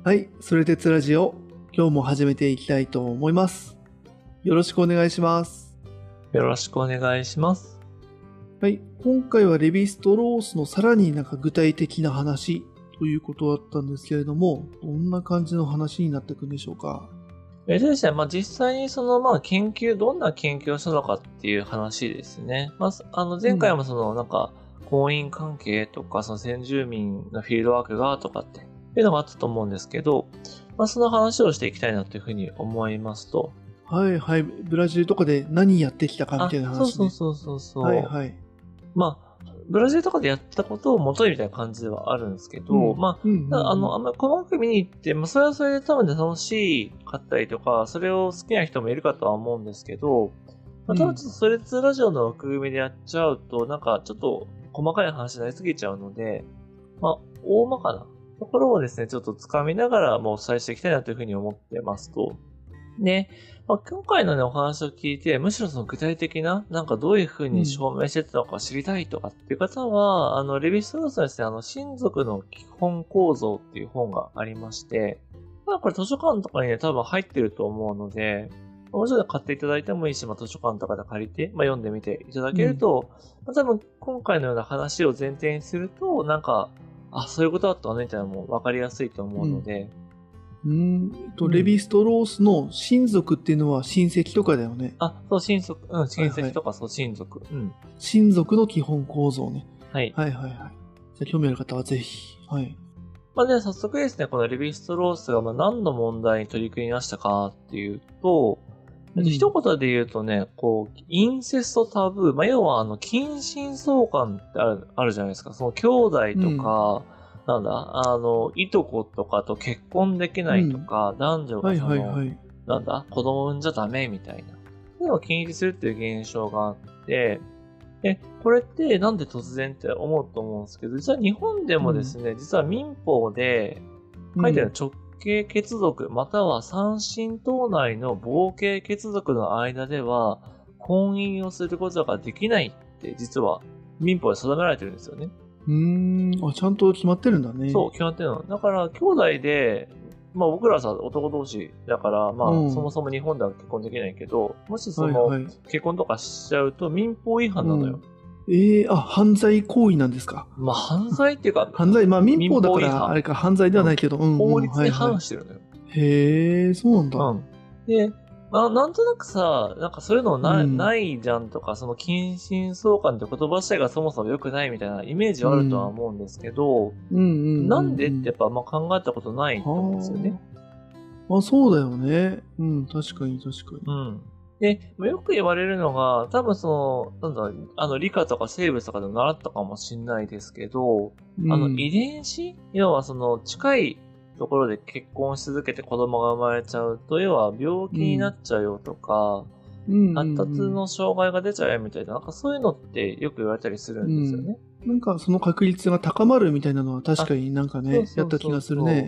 はい、それ鉄ラジオ、今日も始めていきたいと思います。よろしくお願いします。 よろしくお願いします。 はい、今回はレヴィストロースのさらに具体的な話ということだったんですけれども、どんな感じの話になっていくんでしょうか。 ですね、実際にどんな研究をしたのかっていう話ですね。前回も婚姻関係とか、その先住民のフィールドワークがとかっていうのがあったと思うんですけど、その話をしていきたいなというふうに思いますと。 はいはい、ブラジルとかで何やってきたかみたいな話ね。 そう。 はいはい。 ブラジルとかでやったことを元にみたいな感じではあるんですけど、あんまり細かく見に行って、それはそれで多分楽しかったりとか、それを好きな人もいるかとは思うんですけど、ただちょっとそれつラジオの枠組みでやっちゃうと、ちょっと細かい話になりすぎちゃうので、大まかなところをですね、ちょっと掴みながらもうお伝えしていきたいなというふうに思ってますと。で、今回のね、お話を聞いて、むしろその具体的な、どういうふうに証明してたのか知りたいとかっていう方は、レヴィストロースのですね、親族の基本構造っていう本がありまして、これ図書館とかにね、多分入ってると思うので、もちろん買っていただいてもいいし、図書館とかで借りて、読んでみていただけると、多分今回のような話を前提にすると、そういうことだったわね、みたいなのも分かりやすいと思うので、 レヴィストロースの親族っていうのは親戚とかだよね。 そう、親戚とかそう、親族。 親族の基本構造ね。 はい。 じゃあ興味ある方はぜひ。はい。 では早速ですね、このレヴィストロースが何の問題に取り組みましたかっていうと、一言で言うとね、インセストタブー、要は近親相関ってあるじゃないですか。その兄弟とか、いとことかと結婚できないとか、男女が子供産んじゃダメみたいな。そういうのを禁止するっていう現象があって、これってなんで突然って思うと思うんですけど、実は日本でもですね、実は民法で書いてある直系血族または三親等内の傍系血族の間では婚姻をすることができないって実は民法で定められてるんですよね。 ちゃんと決まってるんだね。 そう、決まってるの。だから兄弟で、僕らさ男同士だから、そもそも日本では結婚できないけど、もし結婚とかしちゃうと民法違反なのよ。 犯罪行為なんですか。 犯罪っていうか、 犯罪、民法だからあれか、犯罪ではないけど、 法律に反してるのよ。 へえ、そうなんだ。 で、なんとなくさ、そういうのないじゃんとか、その近親相関って言葉自体がそもそも良くないみたいなイメージはあるとは思うんですけど、なんでってやっぱ考えたことないと思うんですよね。 そうだよね。確かに。 で、よく言われるのが、多分理科とか生物とかでも習ったかもしれないですけど、遺伝子要は近いところで結婚し続けて子供が生まれちゃうと、要は病気になっちゃうよとか、発達の障害が出ちゃうよみたいな、そういうのってよく言われたりするんですよね。 その確率が高まるみたいなのは確かにやった気がするね。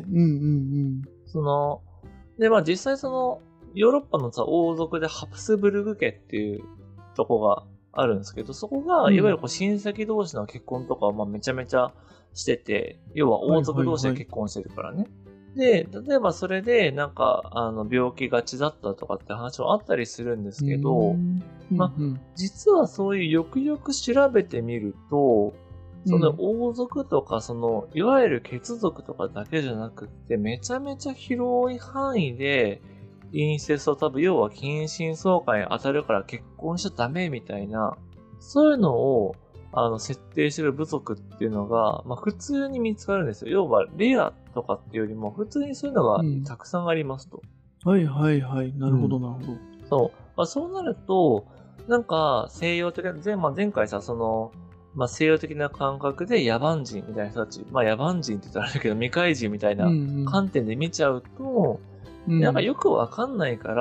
実際ヨーロッパの王族でハプスブルグ家っていうとこがあるんですけど、そこが、いわゆる親戚同士の結婚とかをめちゃめちゃしてて、要は王族同士で結婚してるからね。で、例えばそれで、病気がちだったとかって話もあったりするんですけど、実はそういうよくよく調べてみると、その王族とか、いわゆる血族とかだけじゃなくって、めちゃめちゃ広い範囲で、インセストタブ、要は近親相関に当たるから結婚しちゃダメみたいな、そういうのを、設定してる部族っていうのが、普通に見つかるんですよ。要は、レアとかっていうよりも、普通にそういうのがたくさんありますと。 なるほど。 そう。そうなると、西洋的な、前回さ、西洋的な感覚で野蛮人みたいな人たち、野蛮人って言ったらあれだけど、未開人みたいな観点で見ちゃうと、よくわかんないから、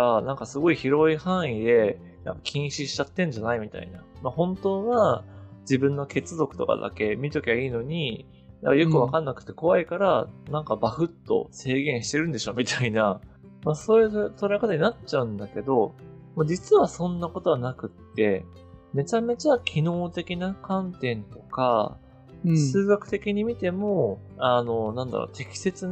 すごい広い範囲で、禁止しちゃってんじゃないみたいな。本当は、自分の血族とかだけ見ときゃいいのに、よくわかんなくて怖いから、バフッと制限してるんでしょみたいな、そういう捉え方になっちゃうんだけど、実はそんなことはなくって、めちゃめちゃ機能的な観点とか、数学的に見ても、適切な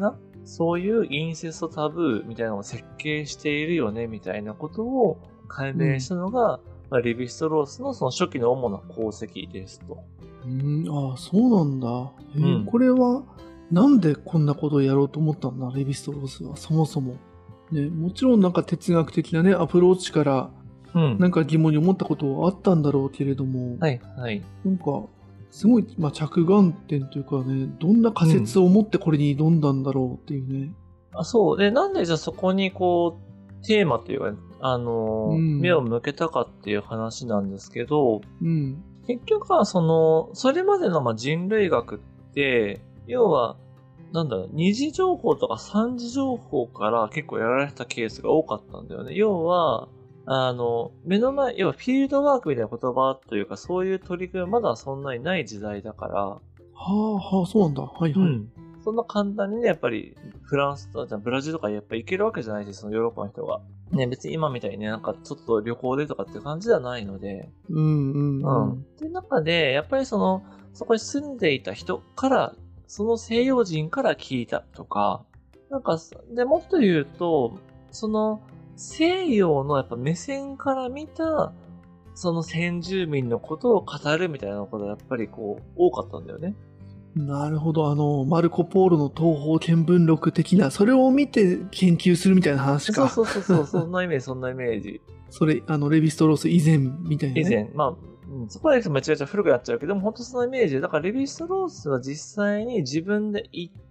そういうインセストタブーみたいなのを設計しているよね、みたいなことを解明したのが、レヴィストロースのその初期の主な功績ですと。 ああ、そうなんだ。これは、なんでこんなことをやろうと思ったんだ、レヴィストロースは、そもそも。ね、もちろんなんか哲学的なね、アプローチから、なんか疑問に思ったことはあったんだろうけれども、 はいはい。 なんか、すごい、着眼点というかね、どんな仮説を持ってこれに挑んだんだろうっていうね。 そう。で、なんでじゃあそこにこう、テーマというか、目を向けたかっていう話なんですけど、結局はそれまでの人類学って、要は、二次情報とか三次情報から結構やられたケースが多かったんだよね。要は、目の前、要はフィールドワークみたいな言葉というか、そういう取り組みはまだそんなにない時代だから。 はあ、そうなんだ。はいはい。 そんな簡単にね、やっぱり、フランスとかブラジルとかやっぱ行けるわけじゃないです、そのヨーロッパの人が。ね、別に今みたいにね、なんかちょっと旅行でとかっていう感じではないので。っていう中で、やっぱりそこに住んでいた人から、その西洋人から聞いたとか、で、もっと言うと、西洋のやっぱ目線から見た、その先住民のことを語るみたいなことがやっぱり多かったんだよね。 なるほど。マルコ・ポーロの東方見聞録的な、それを見て研究するみたいな話か。 そう、そんなイメージ。 それ、レヴィストロース以前みたいな、ね。 以前。そこはめちゃめちゃ古くなっちゃうけど、でも本当そのイメージで、だからレヴィストロースは実際に自分で行って、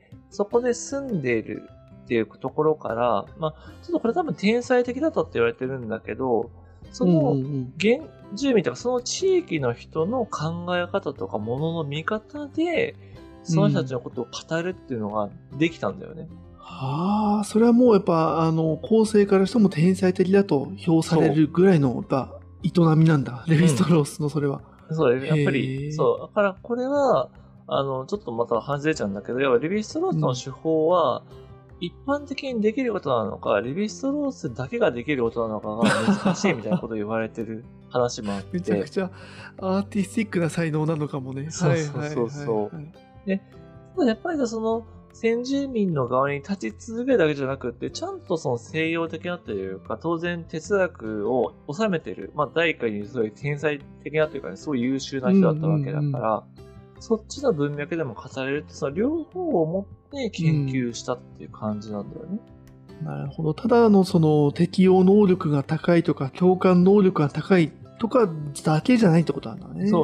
そこで住んでいるっていうところから、ちょっとこれ多分天才的だったって言われてるんだけど、その原住民とかその地域の人の考え方とかものの見方で、その人たちのことを語るっていうのができたんだよね。 はあ、それはもうやっぱ、後世からしても天才的だと評されるぐらいの、営みなんだ。レヴィストロースのそれは。 そう、やっぱり、だからこれは、ちょっとまた外れちゃうんだけど、要はレヴィストロースの手法は、一般的にできることなのか、レヴィストロースだけができることなのかが難しいみたいなことを言われてる話もあって。 めちゃくちゃアーティスティックな才能なのかもね。 そう。で、やっぱり先住民の側に立ち続けるだけじゃなくって、ちゃんとその西洋的なというか、当然哲学を収めてる、第一回にそういう天才的なというかね、すごい優秀な人だったわけだから、そっちの文脈でも語れるって、その両方を持って研究したっていう感じなんだよね。 なるほど。ただその適応能力が高いとか、共感能力が高いとかだけじゃないってことなんだね。 そう。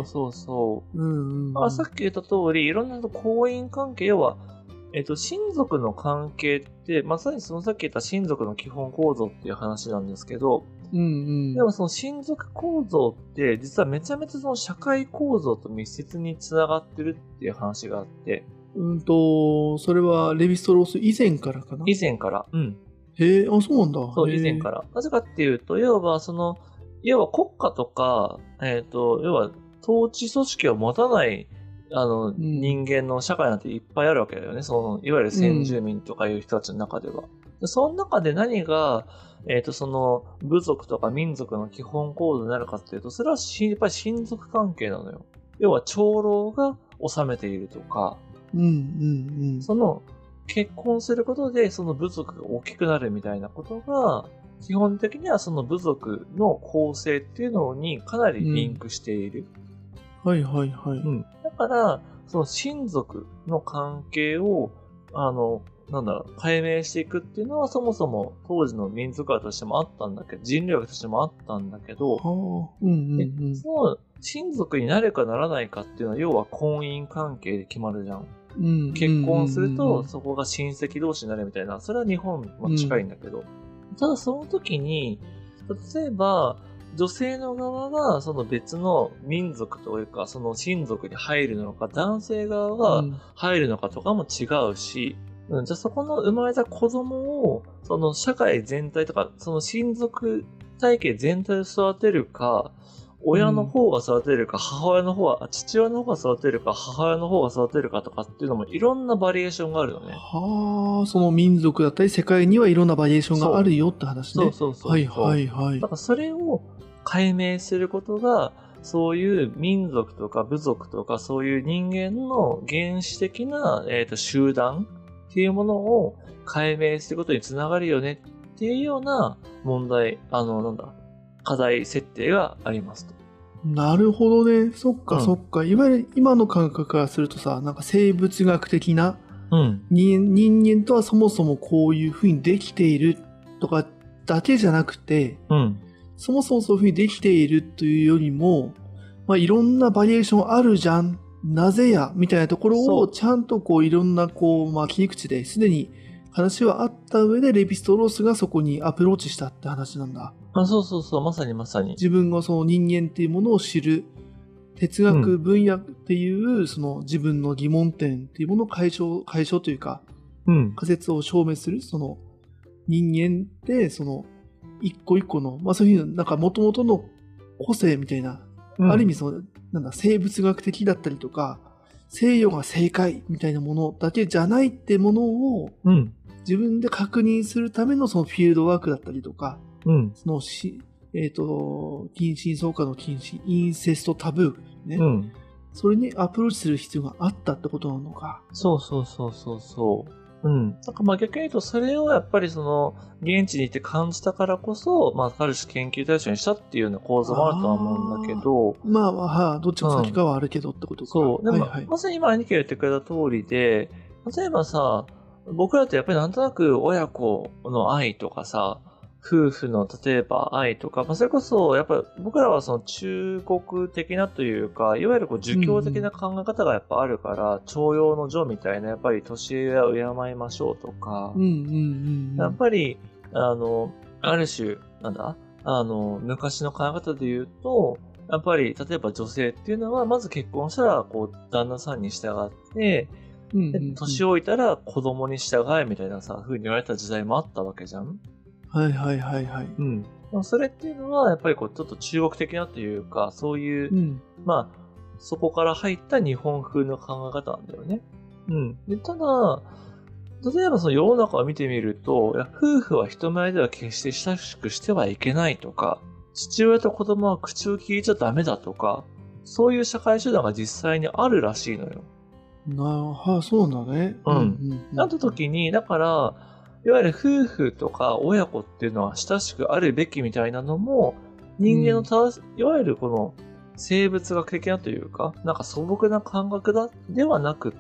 さっき言った通り、いろんな婚姻関係、要は、親族の関係って、まさにさっき言った親族の基本構造っていう話なんですけど、でもその親族構造って、実はめちゃめちゃその社会構造と密接につながってるっていう話があって。 それはレヴィストロース以前からかな？ 以前から。 へえ、そうなんだ。 そう、以前から。なぜかっていうと、要は国家とか、要は統治組織を持たない人間の社会なんていっぱいあるわけだよね。いわゆる先住民とかいう人たちの中では。その中で何が、部族とか民族の基本構造になるかっていうと、それはやっぱり親族関係なのよ。要は長老が治めているとか、結婚することでその部族が大きくなるみたいなことが、基本的にはその部族の構成っていうのにかなりリンクしている。だから、その親族の関係を、解明していくっていうのはそもそも当時の民族学としてもあったんだけど、人類学としてもあったんだけど、その親族になるかならないかっていうのは要は婚姻関係で決まるじゃん。結婚するとそこが親戚同士になるみたいな、それは日本も近いんだけど、ただその時に、例えば、女性の側がその別の民族というか、その親族に入るのか、男性側が入るのかとかも違うし、じゃあそこの生まれた子供を、その社会全体とか、その親族体系全体で育てるか、親の方が育てるか、父親の方が育てるか、母親の方が育てるかとかっていうのもいろんなバリエーションがあるのね。 その民族だったり世界にはいろんなバリエーションがあるよって話ね。 そう。だからそれを解明することが、そういう民族とか部族とかそういう人間の原始的な、集団っっていうものを解明することにつながるよねっていうような問題、課題設定がありますと。 なるほどね。そっかそっか。いわゆる今の感覚からするとさ、なんか生物学的な、人間とはそもそもこういうふうにできているとかだけじゃなくて、そもそもそういうふうにできているというよりも、いろんなバリエーションあるじゃん。なぜやみたいなところをちゃんといろんな切り口ですでに話はあった上でレヴィストロースがそこにアプローチしたって話なんだ。 そう、まさにまさに。 自分がその人間っていうものを知る哲学分野っていうその自分の疑問点っていうものを解消というか、仮説を証明するその人間ってその一個一個のそういうなんか元々の個性みたいな、ある意味その生物学的だったりとか西洋が正解みたいなものだけじゃないってものを、自分で確認するためのそのフィールドワークだったりとか、その近親相関の禁止、インセストタブーね、それにアプローチする必要があったってことなのか。 そう。なんか逆に言うと、それをやっぱりその、現地に行って感じたからこそ、ある種研究対象にしたっていうような構造もあるとは思うんだけど。 どっちも先かはあるけどってことか。 そう。でも、まさに今兄貴が言ってくれた通りで、例えばさ、僕らってやっぱりなんとなく親子の愛とかさ、夫婦の例えば愛とか、それこそやっぱ僕らはその中国的なというか、いわゆる儒教的な考え方がやっぱあるから、長幼の序みたいなやっぱり年上は敬いましょうとか、やっぱりある種昔の考え方で言うと、やっぱり例えば女性っていうのはまず結婚したら旦那さんに従って、年老いたら子供に従えみたいな風に言われた時代もあったわけじゃん。それっていうのはやっぱりちょっと中国的なというか、そういう、そこから入った日本風の考え方なんだよね。でただ、例えばその世の中を見てみると、夫婦は人前では決して親しくしてはいけないとか、父親と子供は口を聞いちゃダメだとか、そういう社会集団が実際にあるらしいのよ。 そうなんだね。 なった時に、だから、いわゆる夫婦とか親子っていうのは親しくあるべきみたいなのも、人間のいわゆるこの生物学的なというか、なんか素朴な感覚ではなくって、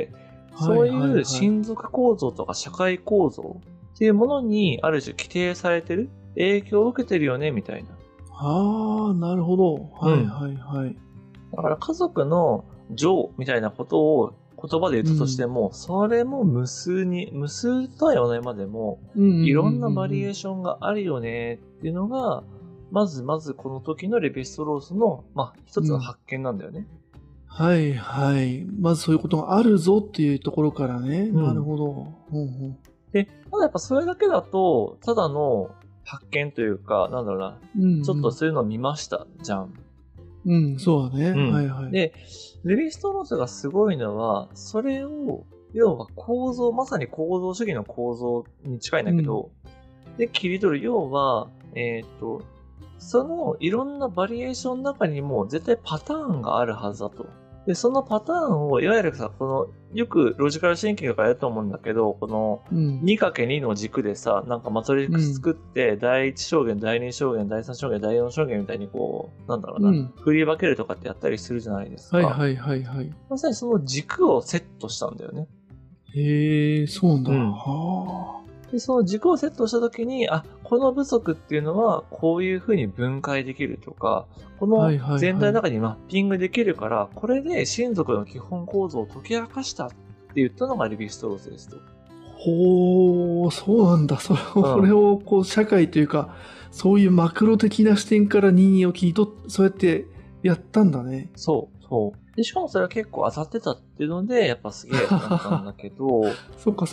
そういう親族構造とか社会構造っていうものにある種規定されてる、影響を受けてるよねみたいな。 なるほど。 だから家族の情みたいなことを言葉で言ったとしても、それも無数とは言わないまでも、いろんなバリエーションがあるよねっていうのが、まずこの時のレヴィストロースの、一つの発見なんだよね。 まずそういうことがあるぞっていうところからね。なるほど。 で、ただやっぱそれだけだと、ただの発見というか、ちょっとそういうのを見ましたじゃん。 そうだね。 で、レヴィストロースがすごいのは、それを、要はまさに構造主義の構造に近いんだけど、で、切り取る、要は、そのいろんなバリエーションの中にも絶対パターンがあるはずだと。で、そのパターンを、いわゆるよくロジカルシンキングとかやると思うんだけど、この 2×2 の軸でさ、なんかマトリックス作って、第1象限、第2象限、第3象限、第4象限みたいに振り分けるとかってやったりするじゃないですか。まさにその軸をセットしたんだよね。 そうなんだ。 で、その軸をセットしたときに、この部族っていうのはこういう風に分解できるとか、この全体の中にマッピングできるから、これで親族の基本構造を解き明かしたって言ったのがレヴィストロースですと。 そうなんだ。それを社会というか、そういうマクロ的な視点から人間を切り取って、そうやってやったんだね。 そう。で、しかもそれは結構当たってたっていうので、やっぱすげえなったんだけど。 そっか。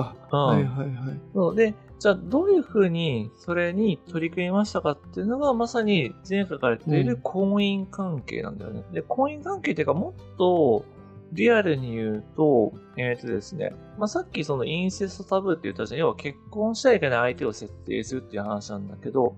で、じゃあどういうふうにそれに取り組みましたかっていうのが、まさに前回から言っている婚姻関係なんだよね。で、婚姻関係っていうか、もっとリアルに言うと、ですね、さっきそのインセストタブーって言ったじゃん。要は結婚しちゃいけない相手を設定するっていう話なんだけど、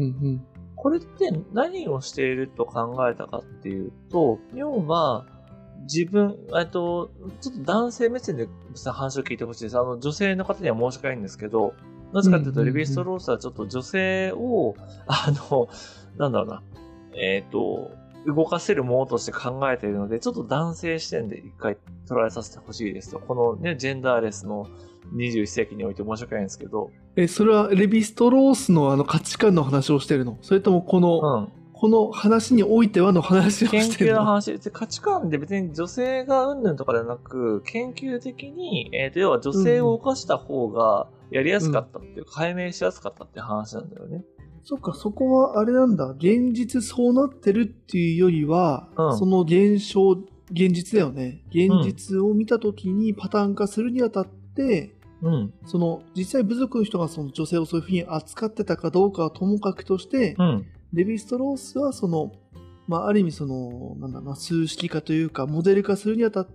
これって何をしていると考えたかっていうと、要は、 自分、ちょっと男性目線で話を聞いてほしいです。女性の方には申し訳ないんですけど、なぜかというと、レヴィストロースはちょっと女性を、なんだろうな、動かせるものとして考えているので、ちょっと男性視点で一回捉えさせてほしいですと。このね、ジェンダーレスの21世紀において申し訳ないんですけど。 それはレヴィストロースの価値観の話をしてるの？それともこの話においてはの話をしてるの？ 研究の話で、価値観で別に女性がうんぬんとかではなく、研究的に、要は女性を犯した方がやりやすかったっていう、解明しやすかったっていう話なんだよね。 そっか、そこはあれなんだ。現実そうなってるっていうよりは、その現実だよね。現実を見たときにパターン化するにあたって、その実際部族の人がその女性をそういうふうに扱ってたかどうかはともかくとして、レヴィストロースはその、ある意味その、数式化というか、モデル化するにあたって、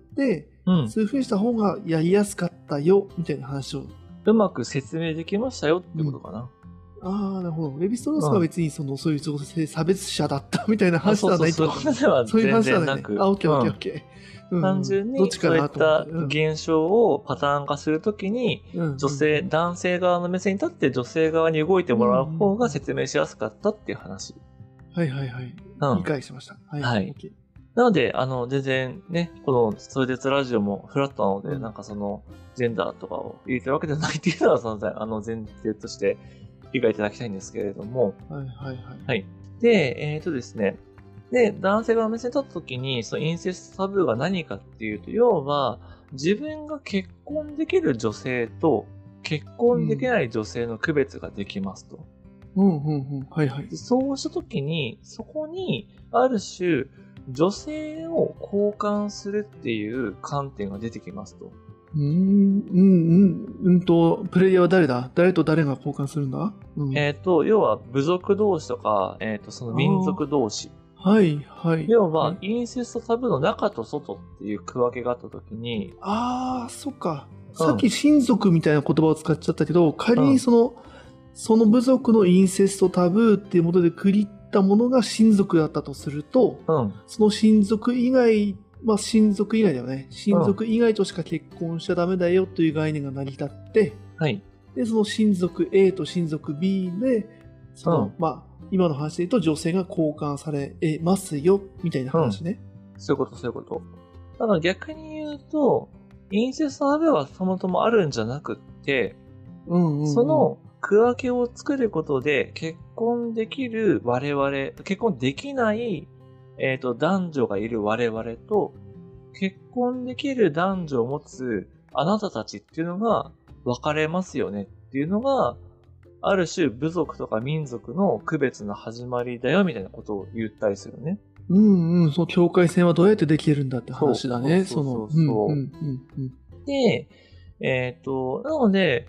そういうふうにした方がやりやすかったよ、みたいな話を。 うまく説明できましたよってことかな。 なるほど。レヴィストロースは別にそういう女性差別者だったみたいな話ではないってことね。そういう話ではなく。 オッケー。 単純にそういった現象をパターン化するときに、男性側の目線に立って女性側に動いてもらう方が説明しやすかったっていう話。 はい。理解しました。 はい。なので、全然ね、このソイデツラジオもフラットなので、ジェンダーとかを入れてるわけではないっていうのは、前提として理解いただきたいんですけれども。はい。で、ですね。で、男性が目線に立った時に、そのインセストタブーが何かっていうと、要は、自分が結婚できる女性と、結婚できない女性の区別ができますと。そうした時に、そこに、ある種、女性を交換するっていう観点が出てきますと。 プレイヤーは誰だ？誰と誰が交換するんだ？ 要は部族同士とか、その民族同士。要は、インセストタブーの中と外っていう区分けがあったときに。 そっか。さっき親族みたいな言葉を使っちゃったけど、仮にその部族のインセストタブーっていうもので区切ったものが親族だったとすると、その親族以外、親族以外だよね。親族以外としか結婚しちゃダメだよという概念が成り立って、で、その親族 A と親族 B で、今の話で言うと女性が交換されますよ、みたいな話ね。 そういうこと。だから逆に言うと、インセストタブーはそもそもあるんじゃなくって、その区分けを作ることで結婚できる我々、結婚できない、男女がいる我々と、結婚できる男女を持つあなたたちっていうのが分かれますよねっていうのが、ある種部族とか民族の区別の始まりだよみたいなことを言ったりするね。 その境界線はどうやってできるんだって話だね。 で、なので、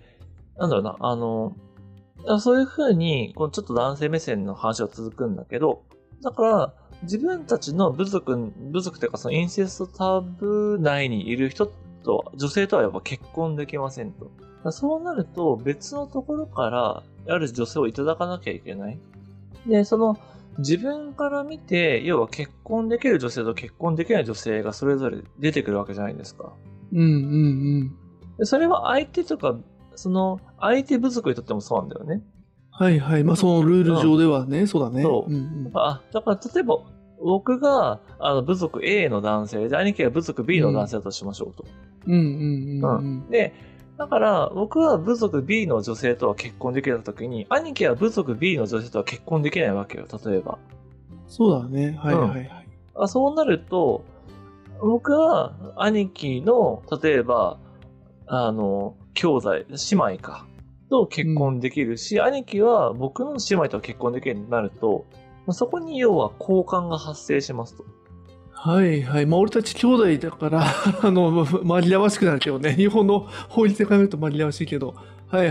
そういう風に、ちょっと男性目線の話は続くんだけど、だから、自分たちの部族というかそのインセストタブー内にいる人と、女性とはやっぱ結婚できませんと。そうなると別のところからある女性をいただかなきゃいけない。で、自分から見て、要は結婚できる女性と結婚できない女性がそれぞれ出てくるわけじゃないですか。でそれは相手とか、相手部族にとってもそうなんだよね。 そのルール上ではね、そうだね。 だから例えば、僕が部族 A の男性で、兄貴が部族 B の男性だとしましょうと。で、だから、僕は部族 B の女性とは結婚できたときに、兄貴は部族 B の女性とは結婚できないわけよ、例えば。 そうだね。 そうなると、僕は兄貴の、例えば、兄弟、姉妹か、と結婚できるし、兄貴は僕の姉妹とは結婚できるようになると、そこに要は交換が発生しますと。 俺たち兄弟だから紛らわしくなるけどね。日本の法律で考えると紛らわしいけど。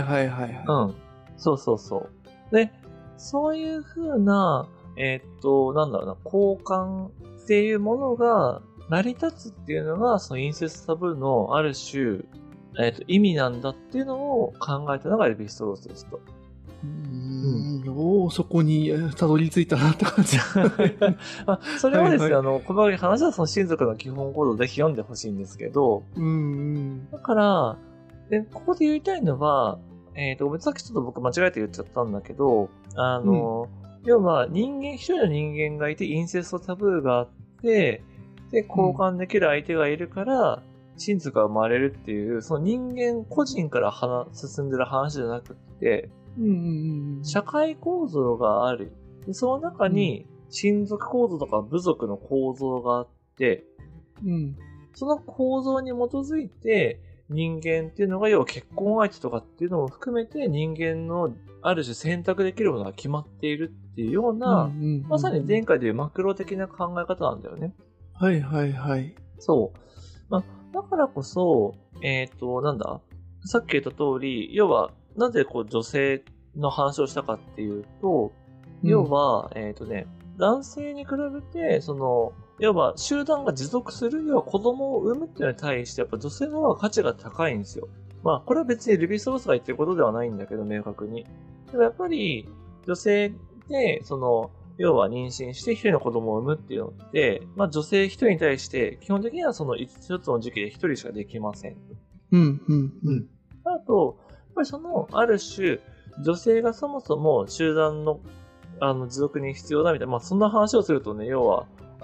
そう。で、そういう風な、交換っていうものが成り立つっていうのが、そのインセストタブーのある種、意味なんだっていうのを考えたのがレヴィストロースですと。 ようそこにたどり着いたなって感じ。 それはですね、 はいこの話はその親族の基本行動で読んでほしいんですけど、だから、で、ここで言いたいのは、さっきちょっと僕間違えて言っちゃったんだけど、要は一人の人間がいてインセストタブーがあって、で、交換できる相手がいるから、親族が生まれるっていう、その人間個人から進んでる話じゃなくて、社会構造がある。でその中に親族構造とか部族の構造があって、その構造に基づいて人間っていうのが要は結婚相手とかっていうのも含めて人間のある種選択できるものが決まっているっていうような、まさに前回でいうマクロ的な考え方なんだよね。 はいはいはい。 そう。だからこそ、さっき言った通り、要は、なぜ女性の話をしたかっていうと、要は、男性に比べて、要は集団が持続する、要は子供を産むっていうのに対して、やっぱ女性の方が価値が高いんですよ。これは別にルビーストロースが言ってることではないんだけど、明確に。でもやっぱり、女性で、要は妊娠して一人の子供を産むっていうのって、女性一人に対して、基本的には一つの時期で一人しかできません。あと、やっぱりある種、女性がそもそも集団の、持続に必要だみたいな、そんな話をするとね、要は、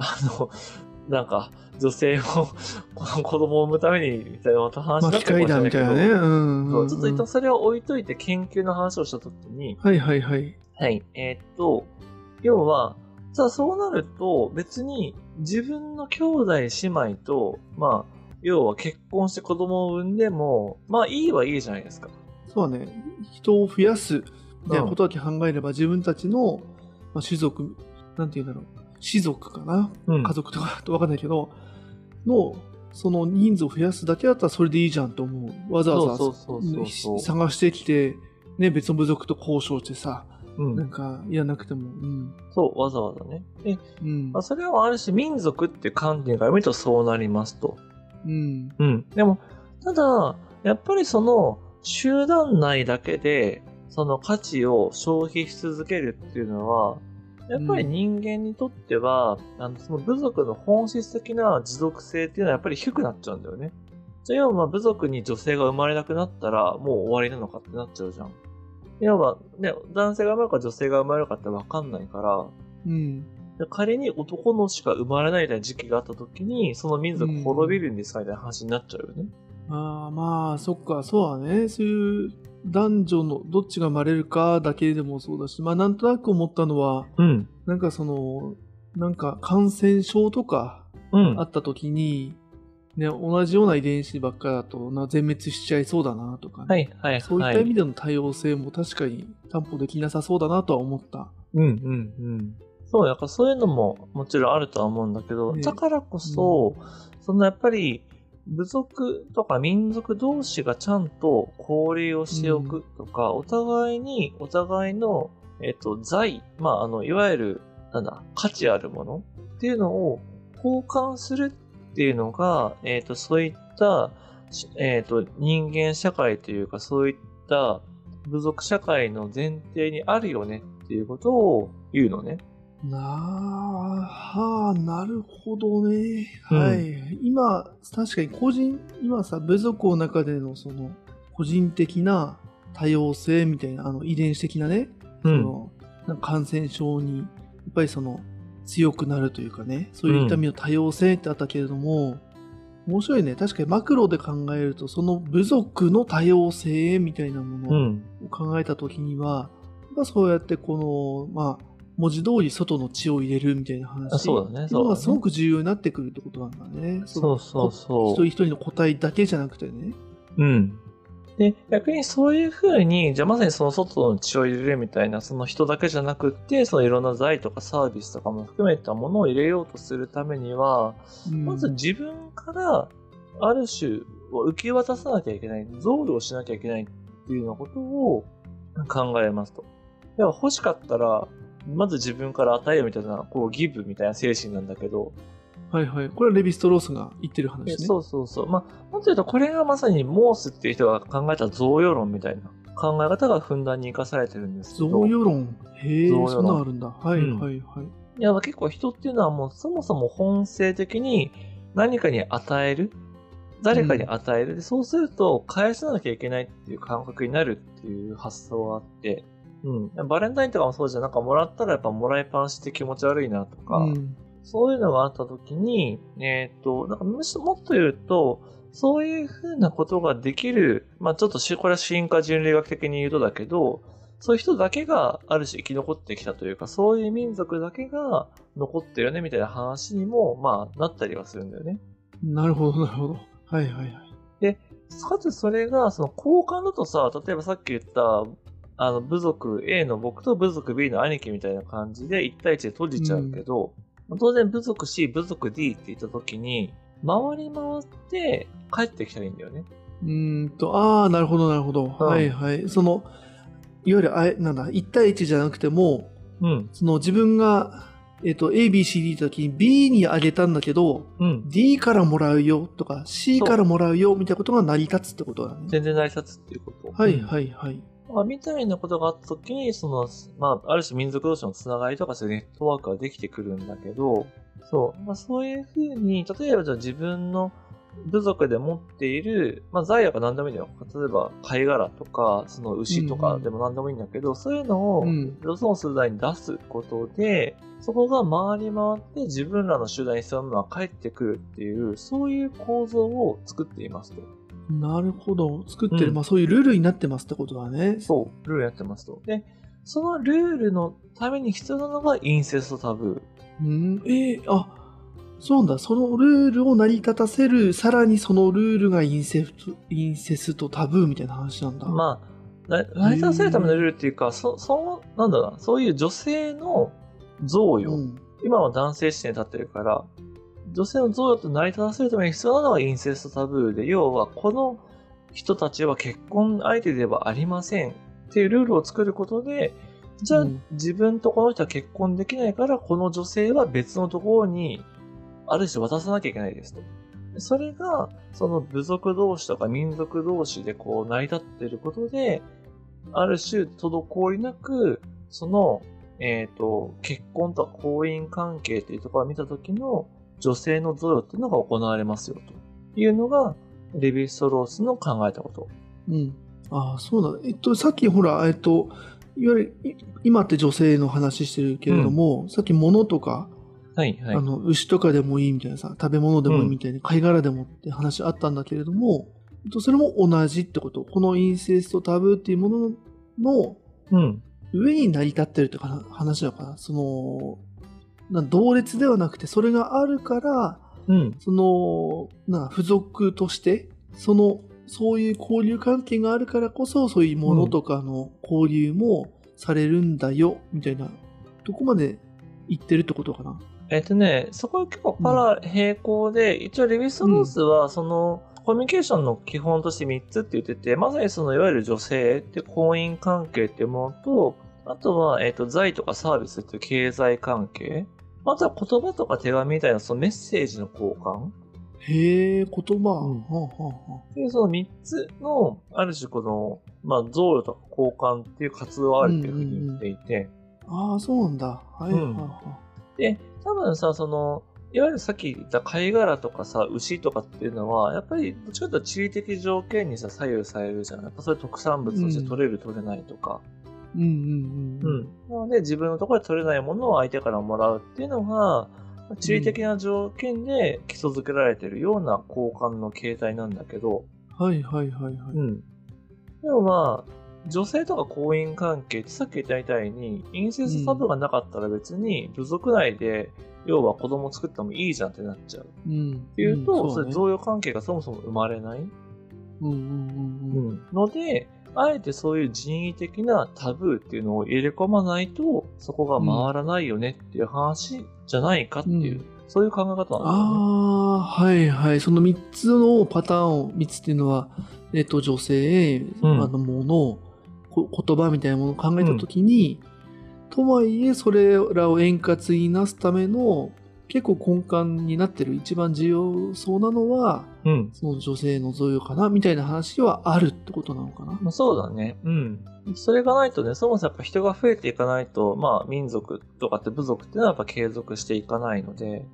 女性を子供を産むために、みたいなまた話になってくるかもしれないけど、ちょっと一旦それを置いといて研究の話をしたときに、 はいはいはい。 はい、要は、さあそうなると、別に自分の兄弟姉妹と、要は結婚して子供を産んでも、いいはいいじゃないですか。 そうね。人を増やすみたいなことだけ考えれば、自分たちの、種族、なんていうんだろう。士族かな、家族とかと分かんないけど、その人数を増やすだけだったらそれでいいじゃんと思う。わざわざ探してきて、ね、別の部族と交渉してさ、なんかやらなくても、 そう、わざわざね。で、それはある種民族っていう観点から見るとそうなりますと。でも、ただ、やっぱり集団内だけで、その価値を消費し続けるっていうのは、やっぱり人間にとっては、その部族の本質的な持続性っていうのはやっぱり低くなっちゃうんだよね。じゃあ要は部族に女性が生まれなくなったらもう終わりなのかってなっちゃうじゃん。要はね、男性が生まれるか女性が生まれるかって分かんないから、仮に男のしか生まれないみたいな時期があった時に、その民族滅びるんですかみたいな話になっちゃうよね。 そっか、そうだね。そういう男女のどっちが生まれるかだけでもそうだし、なんとなく思ったのは、なんか感染症とかあった時に、ね、同じような遺伝子ばっかだと全滅しちゃいそうだなとかね。そういった意味での多様性も確かに担保できなさそうだなとは思った。 そう、やっぱそういうのももちろんあるとは思うんだけど、だからこそ、やっぱり、部族とか民族同士がちゃんと交流をしておくとか、お互いの、財、いわゆる、価値あるものっていうのを交換するっていうのが、そういった、人間社会というか、そういった部族社会の前提にあるよねっていうことを言うのね。 なるほどね。はい。今、確かに今さ、部族の中での個人的な多様性みたいな、遺伝子的なね、感染症に、やっぱり強くなるというかね、そういった意味の多様性ってあったけれども、面白いね。確かにマクロで考えると、その部族の多様性みたいなものを考えたときには、そうやって文字通り外の血を入れるみたいな話っていうのがすごく重要になってくるってことなんだね。 そう。 一人一人の個体だけじゃなくてね。 で、逆にそういう風に、じゃあまさにその外の血を入れるみたいな、その人だけじゃなくって、いろんな財とかサービスとかも含めたものを入れようとするためには、まず自分からある種を受け渡さなきゃいけない、贈与をしなきゃいけないっていうようなことを考えますと。では欲しかったら、まず自分から与えるみたいな、ギブみたいな精神なんだけど。 これはレヴィストロースが言ってる話ね。 そう。もっと言うと、これがまさにモースっていう人が考えた贈与論みたいな考え方がふんだんに生かされてるんですけど。 贈与論。へえ、 贈与論そんなのあるんだ。はいうんはいはい。 いや、結構人っていうのはもうそもそも本性的に何かに与える。誰かに与える。で、そうすると返さなきゃいけないっていう感覚になるっていう発想があって、うん。バレンタインとかもそうじゃん。なんかもらったらやっぱもらいっぱなしって気持ち悪いなとか、そういうのがあった時に、なんかむしろもっと言うと、そういうふうなことができる、まあちょっとこれは進化人類学的に言うとだけど、そういう人だけがある種生き残ってきたというか、そういう民族だけが残ってるよねみたいな話にも、まあなったりはするんだよね。 なるほどなるほど。はいはいはい。 で、かつそれが、その交換だとさ、例えばさっき言った、部族 A の僕と部族 B の兄貴みたいな感じで1対1で閉じちゃうけど、当然部族 C、部族 D って言った時に、回り回って帰ってきたらいいんだよね。 なるほどなるほど。はいはい。いわゆる、1対1じゃなくても、自分が、A、B、C、D って時に B にあげたんだけど、D からもらうよとか C からもらうよみたいなことが成り立つってことだね。 全然成り立つっていうこと。 はいはいはい。 みたいなことがあった時に、ある種民族同士のつながりとかそういうネットワークができてくるんだけど、そういうふうに、例えばじゃあ自分の部族で持っている、財が何でもいいんだよ。例えば貝殻とか、その牛とかでも何でもいいんだけど、そういうのをロソンス代に出すことで、そこが回り回って自分らの手段に必要なものは返ってくるっていう、そういう構造を作っていますと。 なるほど。作ってる。そういうルールになってますってことだね。 そう。ルールになってますと。で、そのルールのために必要なのがインセストタブー。 そうなんだ。そのルールを成り立たせる、さらにそのルールがインセストタブーみたいな話なんだ。 成り立たせるためのルールっていうか、そういう女性の贈与。今は男性視点に立ってるから、女性の贈与と成り立たせるために必要なのがインセストタブーで、要はこの人たちは結婚相手ではありませんっていうルールを作ることで、じゃあ自分とこの人は結婚できないから、この女性は別のところにある種渡さなきゃいけないですと。それが、その部族同士とか民族同士でこう成り立っていることで、ある種滞りなく、その、結婚とか婚姻関係というところを見たときの女性の贈与っていうのが行われますよというのが、レヴィストロースの考えたこと。 そうなんだ。さっきほら、いわゆる今って女性の話してるけれども、さっき物とか、牛とかでもいいみたいなさ、食べ物でもいいみたいな、貝殻でもって話あったんだけれども、それも同じってこと。このインセストタブーっていうものの上に成り立ってるって話だから、同列ではなくて、それがあるから、付属として、そういう交流関係があるからこそ、そういうものとかの交流もされるんだよ、みたいな、どこまで言ってるってことかな。 そこは結構並行で、一応レヴィストロースは、コミュニケーションの基本として3つって言ってて、まさにいわゆる女性って婚姻関係っていうものと、あとは、財とかサービスっていう経済関係。あとは言葉とか手紙みたいなそのメッセージの交換。 言葉。 で、その3つの、ある種この、贈与とか交換っていう活動があるっていうふうに言っていて。 そうなんだ。 で、多分さ、いわゆるさっき言った貝殻とかさ、牛とかっていうのは、やっぱりどっちかというと地理的条件にさ、左右されるじゃん。やっぱそれ特産物として取れる、取れないとか。なので、自分のところで取れないものを相手からもらうっていうのが、地理的な条件で基礎づけられているような交換の形態なんだけど。でも女性とか婚姻関係ってさっき言ったみたいに、インセストタブーがなかったら別に部族内で、要は子供作ってもいいじゃんってなっちゃう。っていうと、それ贈与関係がそもそも生まれない。ので、あえてそういう人為的なタブーっていうのを入れ込まないと、そこが回らないよねっていう話じゃないかっていう、そういう考え方なんだよね。 その3つのパターンを、3つっていうのは、女性、物、言葉みたいなものを考えたときに、とはいえそれらを円滑になすための結構根幹になってる一番重要そうなのは、その女性の贈与かなみたいな話はあるってことなのかな。 まあ、そうだね。それがないとね、そもそもやっぱ人が増えていかないと、まあ民族とかって部族っていうのはやっぱ継続していかないので。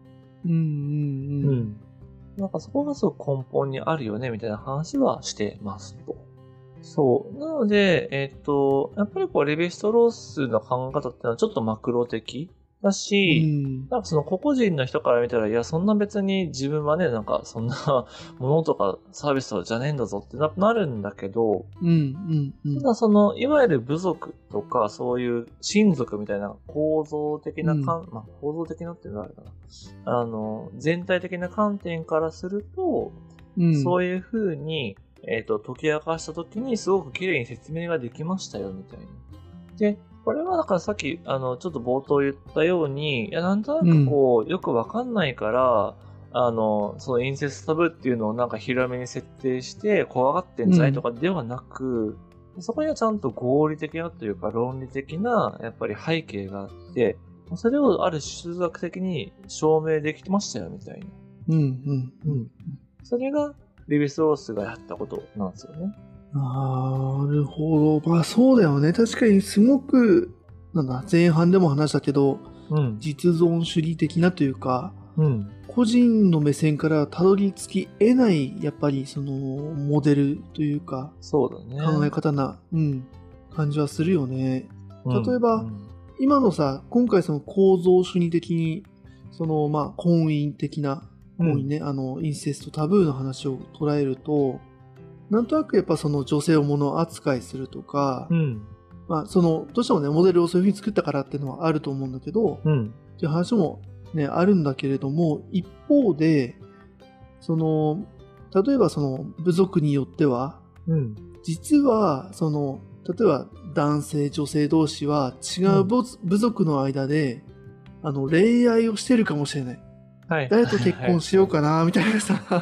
なんかそこがすごく根本にあるよね、みたいな話はしてますと。そう。なので、やっぱりレヴィストロースの考え方っていうのはちょっとマクロ的だし、なんかその個々人の人から見たら、いや、そんな別に自分はね、なんかそんなものとかサービスとかじゃねえんだぞってなるんだけど、ただその、いわゆる部族とか、そういう親族みたいな構造的な構造的なっていうのはあるかな。全体的な観点からすると、そういう風に、解き明かした時にすごく綺麗に説明ができましたよ、みたいな。で、これはだからさっき、ちょっと冒頭言ったように、いや、なんとなくよくわかんないから、そのインセストタブーっていうのをなんか広めに設定して怖がってんじゃないとかではなく、そこにはちゃんと合理的なというか論理的な、やっぱり背景があって、それをある種数学的に証明できてましたよ、みたいな。それが、レヴィストロースがやったことなんですよね。 なるほど。まあそうだよね。確かにすごく、前半でも話したけど、実存主義的なというか、個人の目線からたどり着き得ない、やっぱりそのモデルというか、 そうだね。 考え方な、感じはするよね。例えば、今のさ、今回その構造主義的に、その婚姻的な、インセストタブーの話を捉えると、なんとなくやっぱその女性を物扱いするとか、そのどうしてもねモデルをそういう風に作ったからっていうのはあると思うんだけど、っていう話もねあるんだけれども、一方でその例えばその部族によっては、実はその例えば男性女性同士は違う部族の間で恋愛をしてるかもしれない。誰と結婚しようかなみたいなさ、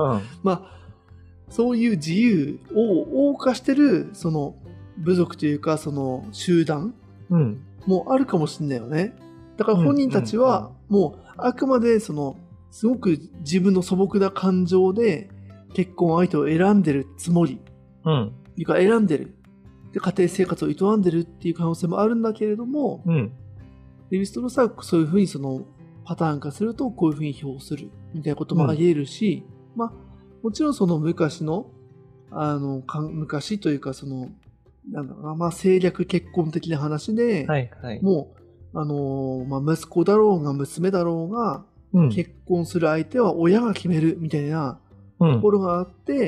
そういう自由を謳歌してるその部族というかその集団もあるかもしれないよね。だから本人たちはもうあくまでそのすごく自分の素朴な感情で結婚相手を選んでるつもり、いうか選んでるで家庭生活を営んでるっていう可能性もあるんだけれども、レヴィストロースはそういうふうにそのパターン化するとこういうふうに評するみたいなこともあり得るし、もちろんその昔の昔というかそのなんだろうな、政略結婚的な話で、もう息子だろうが娘だろうが、結婚する相手は親が決めるみたいなところがあって、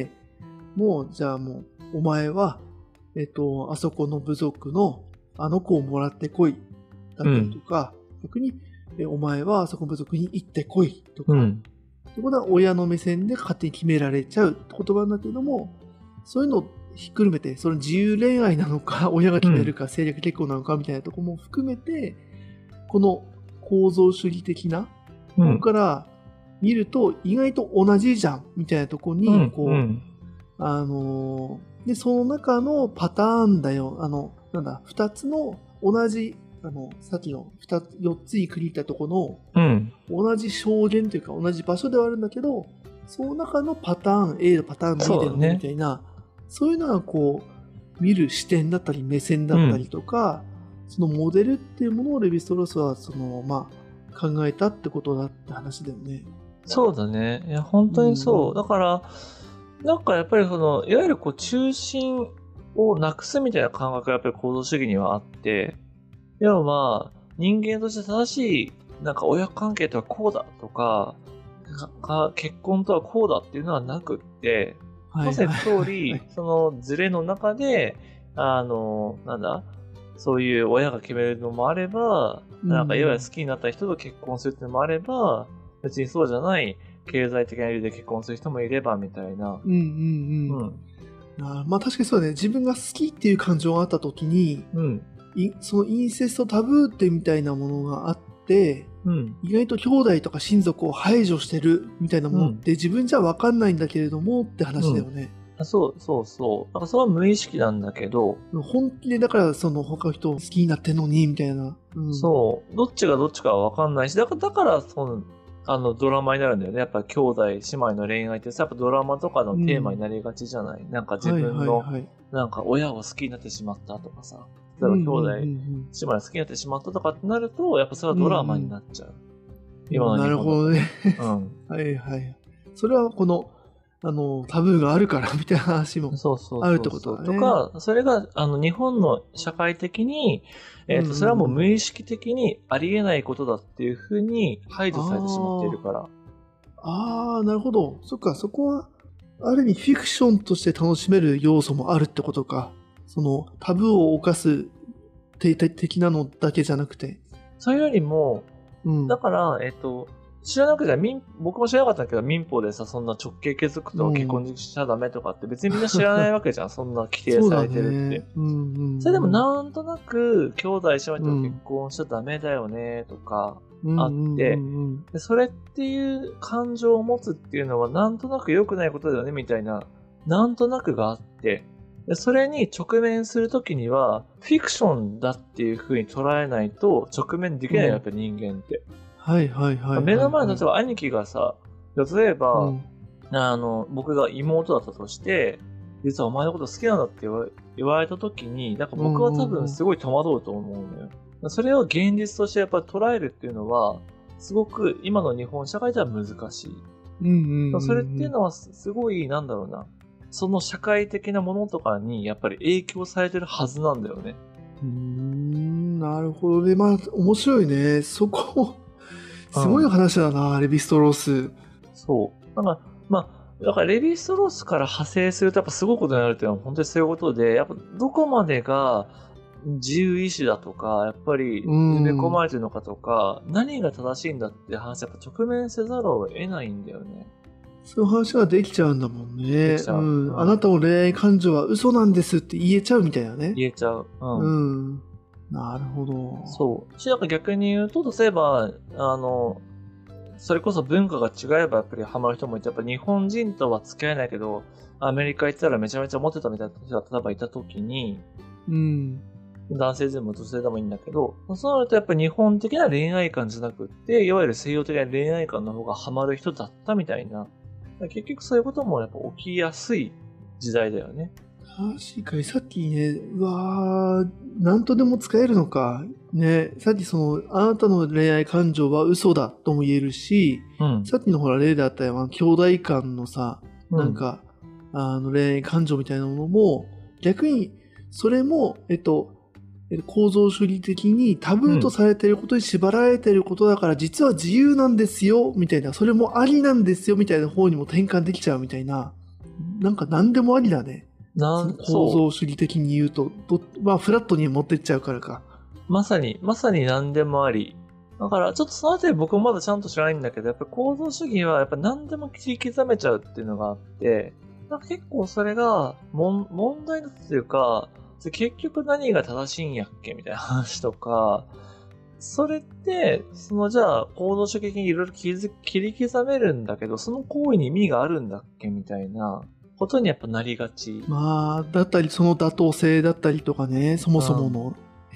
もうじゃあもうお前はあそこの部族のあの子をもらってこいだったりとか、逆にお前はあそこの部族に行ってこいとか、ってことは親の目線で勝手に決められちゃうって言葉なんだけども、そういうのをひっくるめてその自由恋愛なのか親が決めるか政略結婚なのかみたいなところも含めて、この構造主義的なここから見ると意外と同じじゃんみたいなところにこう、でその中のパターンだよ、2つの同じさっきの4つに区切ったところの、同じ証言というか同じ場所ではあるんだけど、その中のパターン A のパターン B だよねみたいな、そういうのがこう見る視点だったり目線だったりとか、そのモデルっていうものをレヴィストロースはその考えたってことだって話だよね。 そうだね。いや本当にそう。だからなんかやっぱりそのいわゆる中心をなくすみたいな感覚がやっぱり構造主義にはあって。要は、人間として正しい、なんか親子関係とはこうだとか、結婚とはこうだっていうのはなくって、まさに通り、そのズレの中で、そういう親が決めるのもあれば、なんかいわゆる好きになった人と結婚するっていうのもあれば、別にそうじゃない経済的な理由で結婚する人もいればみたいな。 確かにそうだね。自分が好きっていう感情があった時に、そのインセストタブーってみたいなものがあって、意外と兄弟とか親族を排除してるみたいなものって自分じゃ分かんないんだけれどもって話だよね。 そうそうそう。だからそれは無意識なんだけど、 本気でだからその他の人好きになってんのにみたいな、 そう、どっちがどっちかは分かんないし、だからそのドラマになるんだよね。やっぱ兄弟姉妹の恋愛ってさ、やっぱドラマとかのテーマになりがちじゃない、なんか自分の、なんか親を好きになってしまったとかさ、例えば兄弟姉妹を好きになってしまったとかってなると、やっぱそれはドラマになっちゃう。今の日本だと。なるほどね。 はいはい。それはこのタブーがあるからみたいな話もあるってことだね。 とか、それが日本の社会的に、それはもう無意識的にありえないことだっていうふうに排除されてしまっているから。 ああ、なるほど。そっか、そこはある意味フィクションとして楽しめる要素もあるってことか。そのタブーを犯す的なのだけじゃなくて。 そういうよりも、だから、知らなくて僕も知らなかったけど、民法でさ、そんな直系血族と結婚しちゃダメとかって別にみんな知らないわけじゃん。そんな規定されてるって。それでもなんとなく、兄弟姉妹と結婚しちゃダメだよねとかあって、でそれっていう感情を持つっていうのはなんとなく良くないことだよねみたいな、なんとなくがあって、でそれに直面するときには、フィクションだっていう風に捉えないと直面できないよ、やっぱ人間って。 はいはいはい。 目の前に例えば兄貴がさ、例えば、僕が妹だったとして、実はお前のこと好きなんだって言われたときに、なんか僕は多分すごい戸惑うと思うのよ。それを現実としてやっぱり捉えるっていうのは、すごく今の日本社会では難しい。それっていうのはすごい、なんだろうな、その社会的なものとかにやっぱり影響されてるはずなんだよね。 なるほどね。まあ、面白いね。そこ、すごい話だな、レヴィストロース。 そう。だからレヴィストロースから派生するとやっぱすごいことになるっていうのは本当にそういうことで、やっぱどこまでが自由意志だとか、やっぱり埋め込まれてるのかとか、何が正しいんだって話、やっぱ直面せざるを得ないんだよね。 そういう話ができちゃうんだもんね。あなたの恋愛感情は嘘なんですって言えちゃうみたいなね。 言えちゃう。 なるほど。 そう。なんか逆に言うと、例えば、それこそ文化が違えばやっぱりハマる人もいて、やっぱ日本人とは付き合えないけど、アメリカ行ったらめちゃめちゃモテたみたいな人が例えばいたときに、男性でも女性でもいいんだけど、そうなるとやっぱり日本的な恋愛観じゃなくって、いわゆる西洋的な恋愛観の方がハマる人だったみたいな。結局そういうこともやっぱ起きやすい時代だよね。 確かにさっきね、なんとでも使えるのか。ね、さっきあなたの恋愛感情は嘘だとも言えるし、さっきのほら例であったよ、兄弟間のさ、なんか、恋愛感情みたいなものも、逆に、それも、構造主義的にタブーとされていることに縛られていることだから、実は自由なんですよ、みたいな、それもありなんですよ、みたいな方にも転換できちゃうみたいな、なんか何でもありだね。構造主義的に言うと、フラットに持ってっちゃうからか。まさに何でもあり。だから、ちょっとそのあたり僕もまだちゃんと知らないんだけど、やっぱ構造主義はやっぱ何でも切り刻めちゃうっていうのがあって、結構それが問題だっていうか、結局何が正しいんやっけみたいな話とか、それって、じゃあ、行動主義的にいろいろ切り刻めるんだけど、その行為に意味があるんだっけみたいなことにやっぱなりがち。 だったり、その妥当性だったりとかね、そもそもの。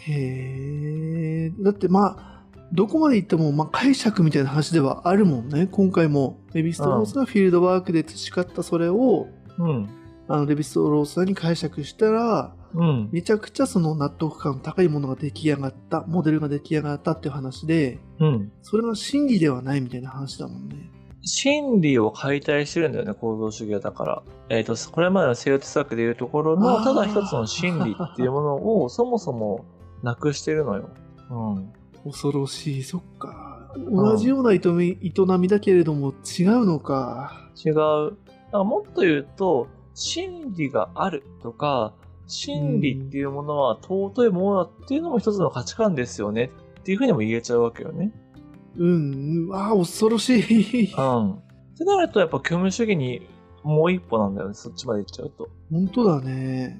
だってどこまで行っても、解釈みたいな話ではあるもんね。今回も、レヴィストロースがフィールドワークで培ったそれを、レヴィストロースさんに解釈したら、めちゃくちゃその納得感の高いものが出来上がった、モデルが出来上がったっていう話で、それが真理ではないみたいな話だもんね。 真理を解体してるんだよね、構造主義は。だから。これまでの西洋哲学でいうところの、ただ一つの真理っていうものをそもそもなくしてるのよ。 恐ろしい。そっか。同じような営みだけれども違うのか。 違う。だからもっと言うと、真理があるとか、真理っていうものは尊いものだっていうのも一つの価値観ですよねっていうふうにも言えちゃうわけよね。 恐ろしい。 ってなるとやっぱ虚無主義にもう一歩なんだよね、そっちまで行っちゃうと。 本当だね。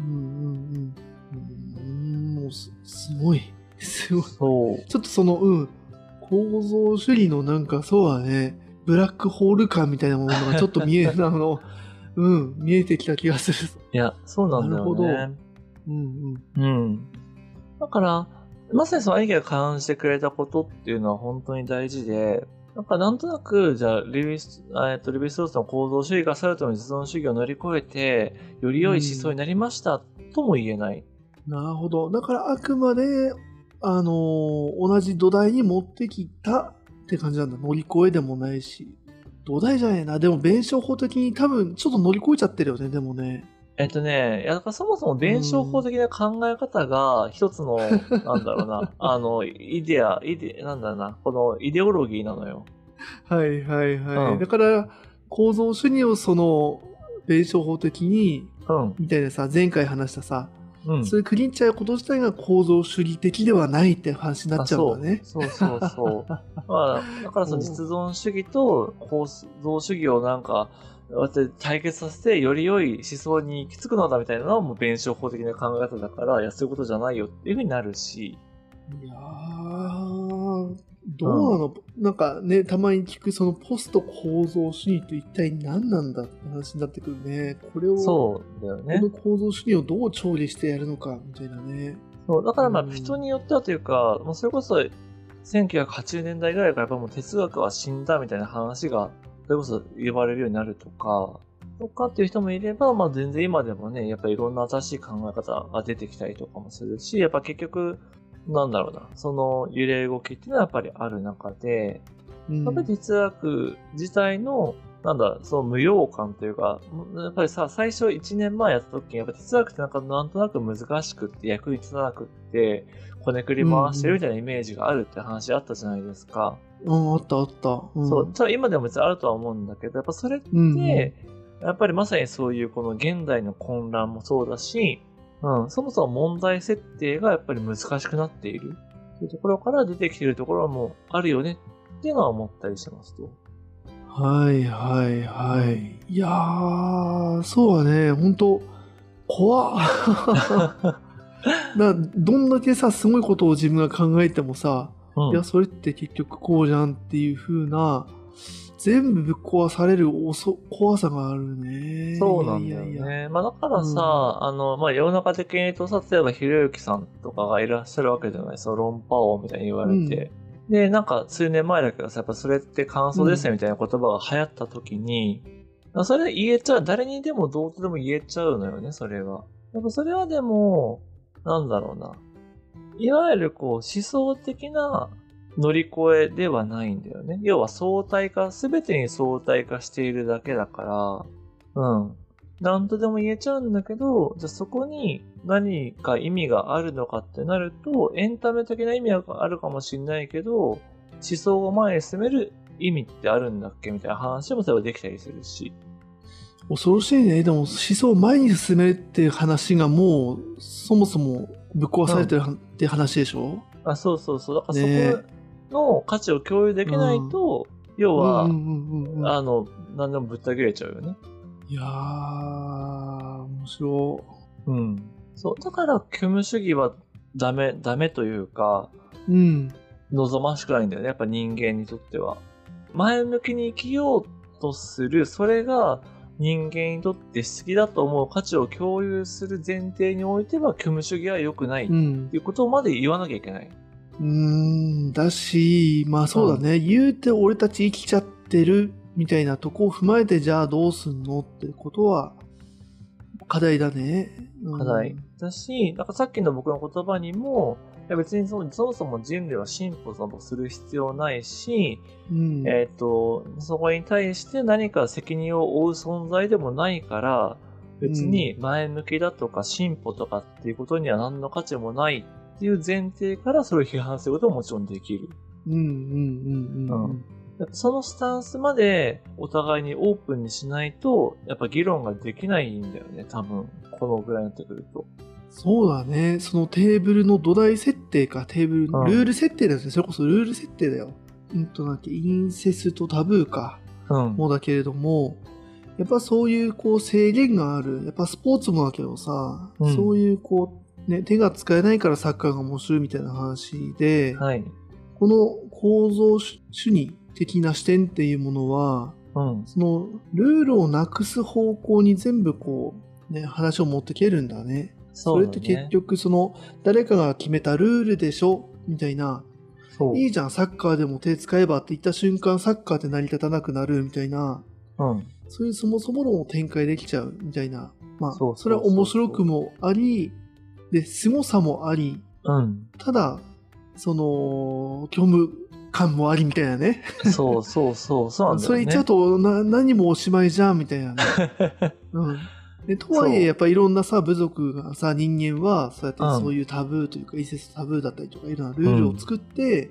すごい。すごい。そう。ちょっと構造主義のなんかそうだね、ブラックホール感みたいなものがちょっと見える見えてきた気がする。 いや、そうなんだよね。 なるほど。うん。 だから、まさにその兄貴が感じてくれたことっていうのは本当に大事で、なんとなく、じゃあ、レヴィストロースの構造主義がサルトルの実存主義を乗り越えて、より良い思想になりましたとも言えない。 なるほど。だからあくまで、同じ土台に持ってきたって感じなんだ。乗り越えでもないし。土台じゃないな。でも弁証法的に多分ちょっと乗り越えちゃってるよね、でもね。 いや、だからそもそも弁証法的な考え方が一つの、なんだろうな、なんだろうな、このイデオロギーなのよ。 はい。だから、構造主義をその、弁証法的に、みたいなさ、前回話したさ、それ区切っちゃうこと自体が構造主義的ではないって話になっちゃうんだね。 そう。だからその実存主義と構造主義を対決させてより良い思想に行き着くのだみたいなのはもう弁証法的な考え方だから、いや、そういうことじゃないよっていう風になるし。 いやー、どうなの、なんかね、たまに聞くそのポスト構造主義って一体何なんだって話になってくるね。これを、 そうだよね。 この構造主義をどう調理してやるのかみたいなね。 そう、だから人によってはというか、もうそれこそ1980年代ぐらいからやっぱもう哲学は死んだみたいな話がそれこそ言われるようになるとかっていう人もいれば、全然今でもね、やっぱりいろんな新しい考え方が出てきたりとかもするし、やっぱ結局、その揺れ動きっていうのはやっぱりある中で、やっぱり哲学自体の、その無用感というか、やっぱりさ、最初1年前やった時に、やっぱ哲学ってなんとなく難しくって役に立たなくって、こねくり回してるみたいなイメージがあるって話あったじゃないですか。 あった。 そう、今でも別にあるとは思うんだけど、やっぱそれって、やっぱりまさにそういうこの現代の混乱もそうだし、そもそも問題設定がやっぱり難しくなっているというところから出てきているところもあるよねっていうのは思ったりしますと。 はい。いやー、そうだね、ほんと、怖っ。どんだけさ、すごいことを自分が考えてもさ、いや、それって結局こうじゃんっていう風な、全部ぶっ壊される怖さがあるね。 そうなんだよね。だからさ、世の中的に言うとさ、例えばひろゆきさんとかがいらっしゃるわけじゃない、その論破王みたいに言われて。で、数年前だけどさ、やっぱそれって感想ですねみたいな言葉が流行った時に、それ言えちゃう、誰にでもどうとでも言えちゃうのよね、それは。やっぱそれはでも、いわゆる思想的な乗り越えではないんだよね。要はすべてに相対化しているだけだから、なんとでも言えちゃうんだけど、じゃあそこに何か意味があるのかってなると、エンタメ的な意味はあるかもしれないけど、思想を前に進める意味ってあるんだっけみたいな話も例えばできたりするし。 恐ろしいね。でも思想を前に進めるっていう話がもうそもそもぶっ壊されてるって話でしょ？ そう。だからそこの価値を共有できないと、要は、何でもぶった切れちゃうよね。 いやー、面白い。そう。だから虚無主義はダメというか、望ましくないんだよね。やっぱ人間にとっては。前向きに生きようとする、それが人間にとって好きだと思う価値を共有する前提においては、虚無主義は良くないっていうことまで言わなきゃいけない。 だし、そうだね。言うて俺たち生きちゃってるみたいなとこを踏まえて、じゃあどうすんのってことは、課題だね。 課題だし、さっきの僕の言葉にも、別にそもそも人類は進歩する必要ないし、そこに対して何か責任を負う存在でもないから、別に前向きだとか進歩とかっていうことには何の価値もないっていう前提からそれを批判することももちろんできる。そのスタンスまでお互いにオープンにしないと、やっぱ議論ができないんだよね、多分。このぐらいになってくると。 そうだね。そのテーブルの土台設定か、テーブルのルール設定だよね。それこそルール設定だよ。インセスとタブーか。もだけれども、やっぱそういう制限がある。やっぱスポーツもだけどさ、そういう手が使えないからサッカーが面白いみたいな話で、この構造主義的な視点っていうものは、 うん。 そのルールをなくす方向に全部こうね、話を持ってけるんだね。それって結局その誰かが決めたルールでしょみたいな。いいじゃん、サッカーでも手使えばって言った瞬間サッカーって成り立たなくなるみたいな。 うん。 そういうそもそも論を展開できちゃうみたいな。まあ、それは面白くもあり、で、凄さもあり、 うん。ただ、その、虚無感もありみたいなね。 そうなんだよね。 それ言っちゃうと何もおしまいじゃんみたいなね。うん。でとはいえ、やっぱりいろんなさ、部族がさ、人間は、そうやってそういうタブーというか、異説タブーだったりとか、いろんなルールを作って、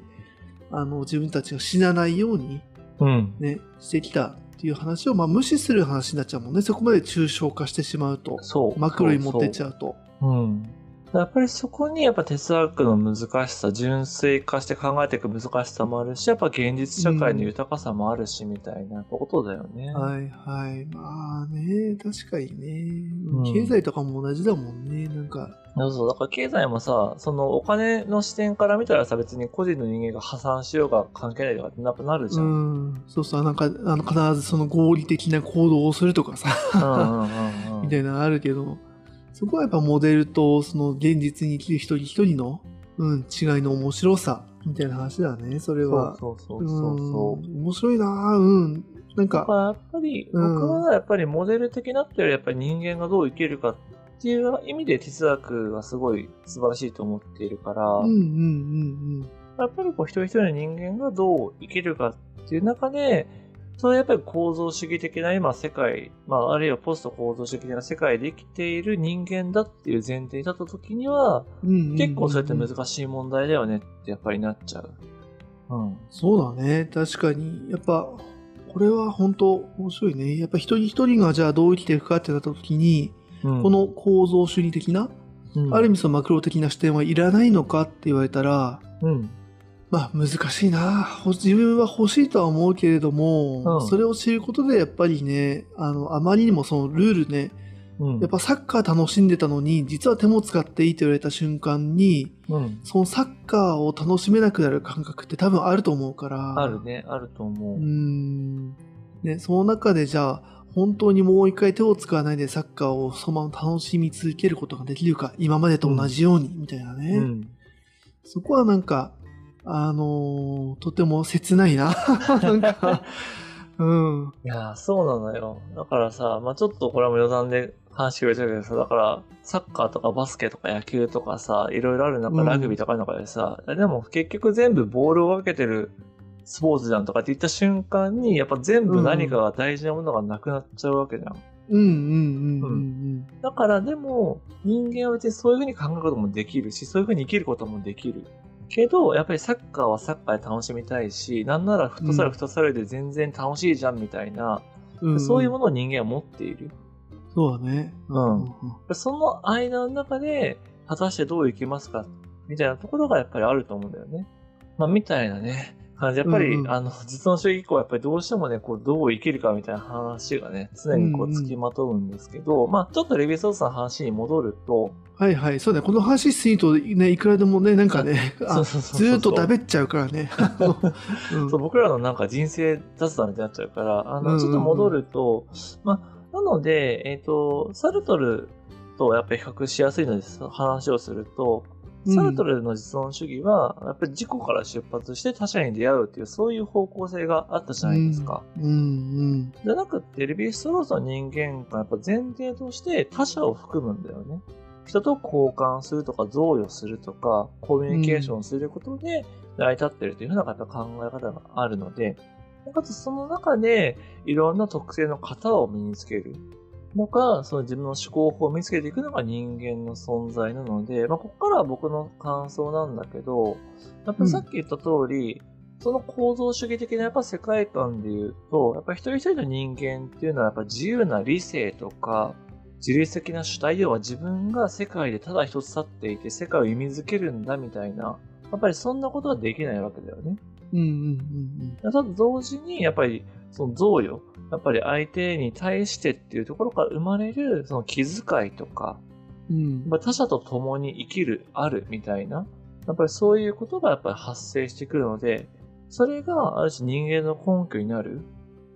自分たちが死なないように、ね、してきたっていう話を、まあ、無視する話になっちゃうもんね。そこまで抽象化してしまうと。マクロに持ってっちゃうと。 やっぱりそこにやっぱ哲学の難しさ、純粋化して考えていく難しさもあるし、やっぱ現実社会の豊かさもあるし、みたいなことだよね。 はいはい。まあね、確かにね。経済とかも同じだもんね、なんか。 そう、だから経済もさ、そのお金の視点から見たらさ、別に個人の人間が破産しようが関係ないとかってなるじゃん。 そうそう、なんか、必ずその合理的な行動をするとかさ、みたいなのあるけど、そこはやっぱモデルとその現実に生きる一人一人の、違いの面白さみたいな話だね、それは。 そう。 面白いななんか。 やっぱり、僕はやっぱりモデル的なっていうよりやっぱり人間がどう生きるかっていう意味で哲学がすごい素晴らしいと思っているから、やっぱりこう一人一人の人間がどう生きるかっていう中で、そういうやっぱり構造主義的な今世界、あるいはポスト構造主義的な世界で生きている人間だっていう前提に立った時には、結構そうやって難しい問題だよねってやっぱりなっちゃう。 そうだね。確かに。やっぱ、これは本当面白いね。やっぱ一人一人がじゃあどう生きていくかってなった時に、この構造主義的な、ある意味そのマクロ的な視点はいらないのかって言われたら、まあ難しいな。自分は欲しいとは思うけれども、それを知ることでやっぱりね、あまりにもそのルールね、やっぱサッカー楽しんでたのに、実は手も使っていいと言われた瞬間に、そのサッカーを楽しめなくなる感覚って多分あると思うから。 あるね、あると思う。 ね、その中でじゃあ、本当にもう一回手を使わないでサッカーをそのまま楽しみ続けることができるか、今までと同じように、みたいなね。そこはなんか、とても切ないな。なんか、 いや、そうなのよ。だからさ、ちょっとこれも余談で話を言っちゃうけどさ、だから、サッカーとかバスケとか野球とかさ、いろいろある中、ラグビーとかの中でさ、でも結局全部ボールを分けてるスポーツじゃんとかって言った瞬間に、やっぱ全部何かが大事なものがなくなっちゃうわけじゃん。だからでも、人間は別にそういう風に考えることもできるし、そういう風に生きることもできる。けど、やっぱりサッカーはサッカーで楽しみたいし、なんならフットサルフットサルで全然楽しいじゃんみたいな、そういうものを人間は持っている。 そうだね。 その間の中で、果たしてどう生きますかみたいなところがやっぱりあると思うんだよね。みたいなね。感じ。やっぱり、実存主義以降はやっぱりどうしてもね、こう、どう生きるかみたいな話がね、常にこう、付きまとうんですけど、ちょっとレヴィソースの話に戻ると、 はいはい、そうだね。この話するとね、いくらでもね、なんかね、ずーっとだべっちゃうからね。 僕らのなんか人生雑談みたいになっちゃうから、ちょっと戻ると、なので、サルトルとやっぱり比較しやすいので話をすると、サルトルの実存主義は、やっぱり自己から出発して他者に出会うっていう、そういう方向性があったじゃないですか。じゃなくて、レヴィストロースの人間がやっぱ前提として他者を含むんだよね。人と交換するとか、贈与するとか、コミュニケーションすることで成り立ってるというふうな考え方があるので、かつその中でいろんな特性の型を身につけるのか、その自分の思考法を見つけていくのが人間の存在なので、ここからは僕の感想なんだけど、やっぱりさっき言った通り、その構造主義的なやっぱ世界観で言うと、やっぱり一人一人の人間っていうのはやっぱ自由な理性とか、自律的な主体、要は自分が世界でただ一つ立っていて世界を意味づけるんだみたいな、やっぱりそんなことはできないわけだよね。ただ同時に、やっぱりその贈与、やっぱり相手に対してっていうところから生まれるその気遣いとか、他者と共に生きる、あるみたいな、やっぱりそういうことがやっぱり発生してくるので、それがある種人間の根拠になる。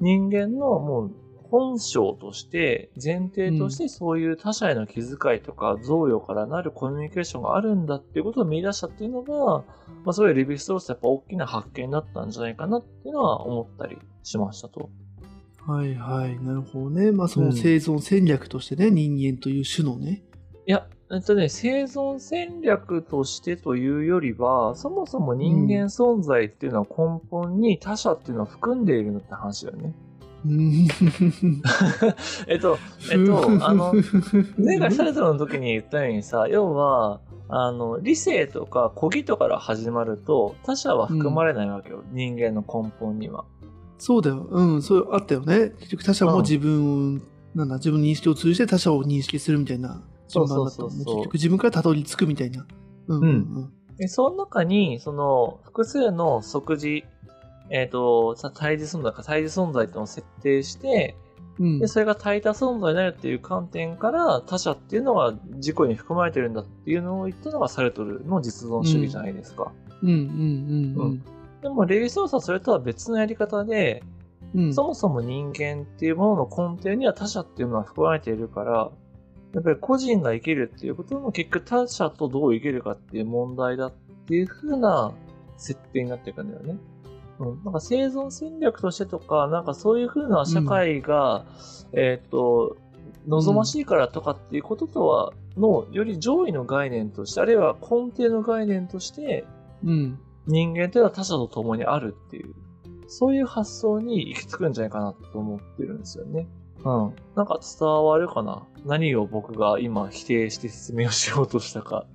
人間のもう本性として、前提としてそういう他者への気遣いとか贈与からなるコミュニケーションがあるんだっていうことを見出したっていうのが、まあそういうレヴィ・ストロースやっぱ大きな発見だったんじゃないかなっていうのは思ったりしましたと。 はいはい、なるほどね。まあその生存戦略としてね、人間という種のね。 いや、生存戦略としてというよりは、そもそも人間存在っていうのは根本に他者っていうのは含んでいるのって話だよね。前回サルトルの時に言ったようにさ、要は、理性とか古義とから始まると、他者は含まれないわけよ、人間の根本には。 そうだよ。そうあったよね。結局他者も自分の認識を通じて他者を認識するみたいな順番だったもんね。結局自分からたどり着くみたいな。 その中に、複数の即時、対峙存在っていうのを設定して、で、それが対多存在になるっていう観点から、他者っていうのが自己に含まれてるんだっていうのを言ったのがサルトルの実存主義じゃないですか。でも、レヴィ・ストロースはそれとは別のやり方で、そもそも人間っていうものの根底には他者っていうのは含まれているから、やっぱり個人が生きるっていうことも結局他者とどう生きるかっていう問題だっていう風な設定になっていくんだよね。なんか生存戦略としてとか、なんかそういう風な社会が、望ましいからとかっていうこととは、より上位の概念として、あるいは根底の概念として、人間というのは他者と共にあるっていう、そういう発想に行き着くんじゃないかなと思ってるんですよね。なんか伝わるかな？何を僕が今否定して説明をしようとしたか。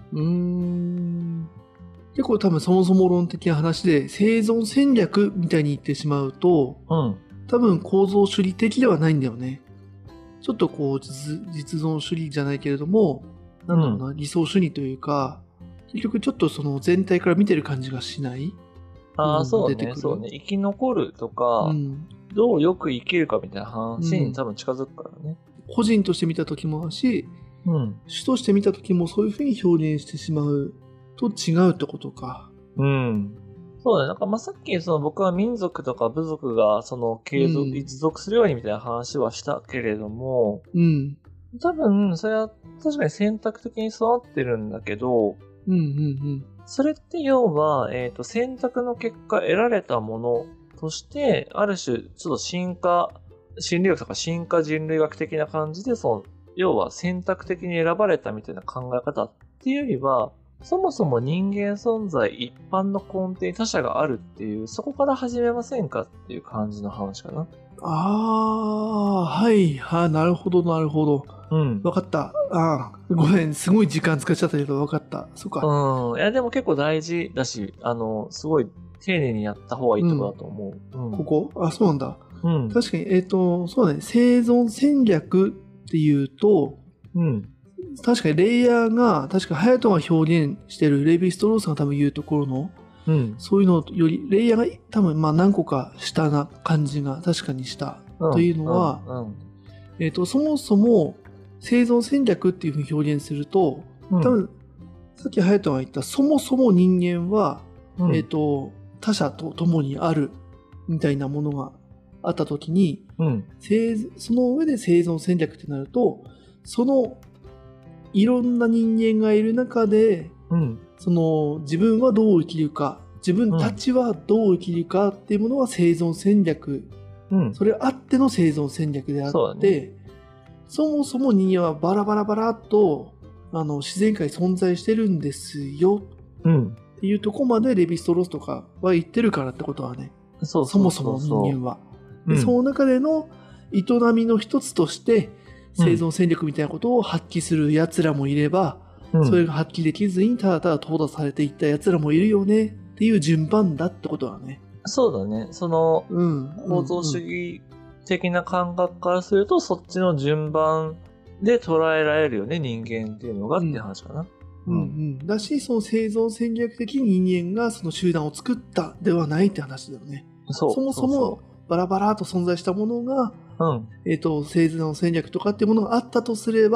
結構多分そもそも論的な話で生存戦略みたいに言ってしまうと、多分構造主義的ではないんだよね。ちょっとこう実存主義じゃないけれども、なんだろうな、理想主義というか、結局ちょっとその全体から見てる感じがしない。 そうね。生き残るとか、どうよく生きるかみたいな話に多分近づくからね。 個人として見た時もあるし、主として見た時もそういうふうに表現してしまうと違うってことか。 そうだね。なんかさっき僕は民族とか部族が持続するようにみたいな話はしたけれども、多分それは確かに選択的に育ってるんだけど、それって要は、選択の結果得られたものとして、ある種、ちょっと心理学とか進化人類学的な感じで、要は選択的に選ばれたみたいな考え方っていうよりは、そもそも人間存在一般の根底に他者があるっていう、そこから始めませんかっていう感じの話かな。 はい、なるほど、なるほど。わかった。ごめん、すごい時間使っちゃったけど、わかった。そっか。 いや、でも結構大事だし、すごい丁寧にやった方がいいところだと思う。 ここ？そうなんだ。確かに、そうだね。生存戦略っていうと、確かにレイヤーが、確かハヤトが表現してるレヴィ・ストロースが多分言うところの、そういうのより、レイヤーが多分何個か下な感じが確かにした。というのは、そもそも生存戦略っていうふうに表現すると、多分、さっきハヤトが言った、そもそも人間は、他者と共にあるみたいなものがあったときに、その上で生存戦略ってなると、そのいろんな人間がいる中で、自分はどう生きるか、自分たちはどう生きるかっていうものは生存戦略、それあっての生存戦略であって、そもそも人間はバラバラバラっと自然界存在してるんですよっていうところまでレヴィ・ストロースとかは言ってるからってことはね、そもそも人間は。でその中での営みの一つとして生存戦略みたいなことを発揮する奴らもいれば、それが発揮できずにただただ淘汰されていった奴らもいるよねっていう順番だってことはね。 そうだね。構造主義的な感覚からすると、そっちの順番で捉えられるよね、人間っていうのがっていう話かな。 だし、その生存戦略的に人間がその集団を作ったではないって話だよね。そもそもバラバラと存在したものが、生存戦略とかっていうものがあったとすれば、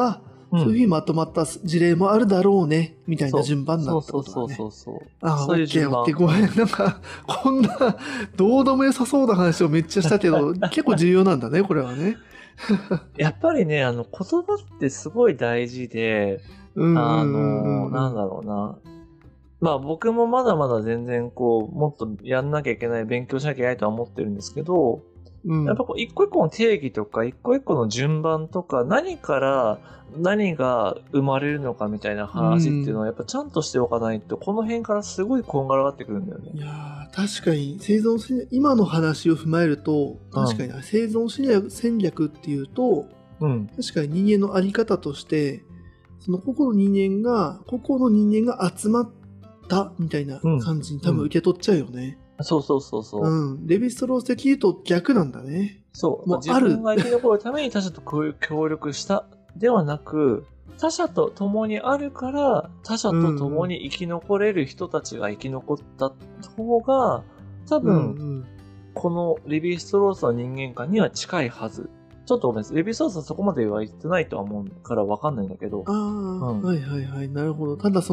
そういうふうにまとまった事例もあるだろうね、みたいな順番になったことだね。 そう。 そういう順番。オッケー、ごめん。なんか、こんな、どうでも良さそうな話をめっちゃしたけど、結構重要なんだね、これはね。 やっぱりね、言葉ってすごい大事で、なんだろうな。まあ僕もまだまだ全然もっとやんなきゃいけない、勉強しなきゃいけないとは思ってるんですけど、やっぱ一個一個の定義とか、一個一個の順番とか、何から何が生まれるのかみたいな話っていうのは、やっぱちゃんとしておかないと、この辺からすごいこんがらがってくるんだよね。 いやー、確かに今の話を踏まえると、確かに生存戦略っていうと、確かに人間のあり方として、その個々の人間が集まったみたいな感じに多分受け取っちゃうよね。 そう。 レヴィストロース的に言うと逆なんだね。 そう。自分が生き残るために他者と協力したではなく、他者と共にあるから、他者と共に生き残れる人たちが生き残った方が、多分、このレヴィストロースの人間観には近いはず。ちょっとごめんなさい。レヴィストロースはそこまでは言ってないとは思うから分かんないんだけど。 はい。なるほど。ただ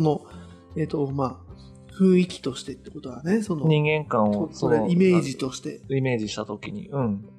雰囲気としてってことはね、その人間観をイメージとしてイメージしたときに、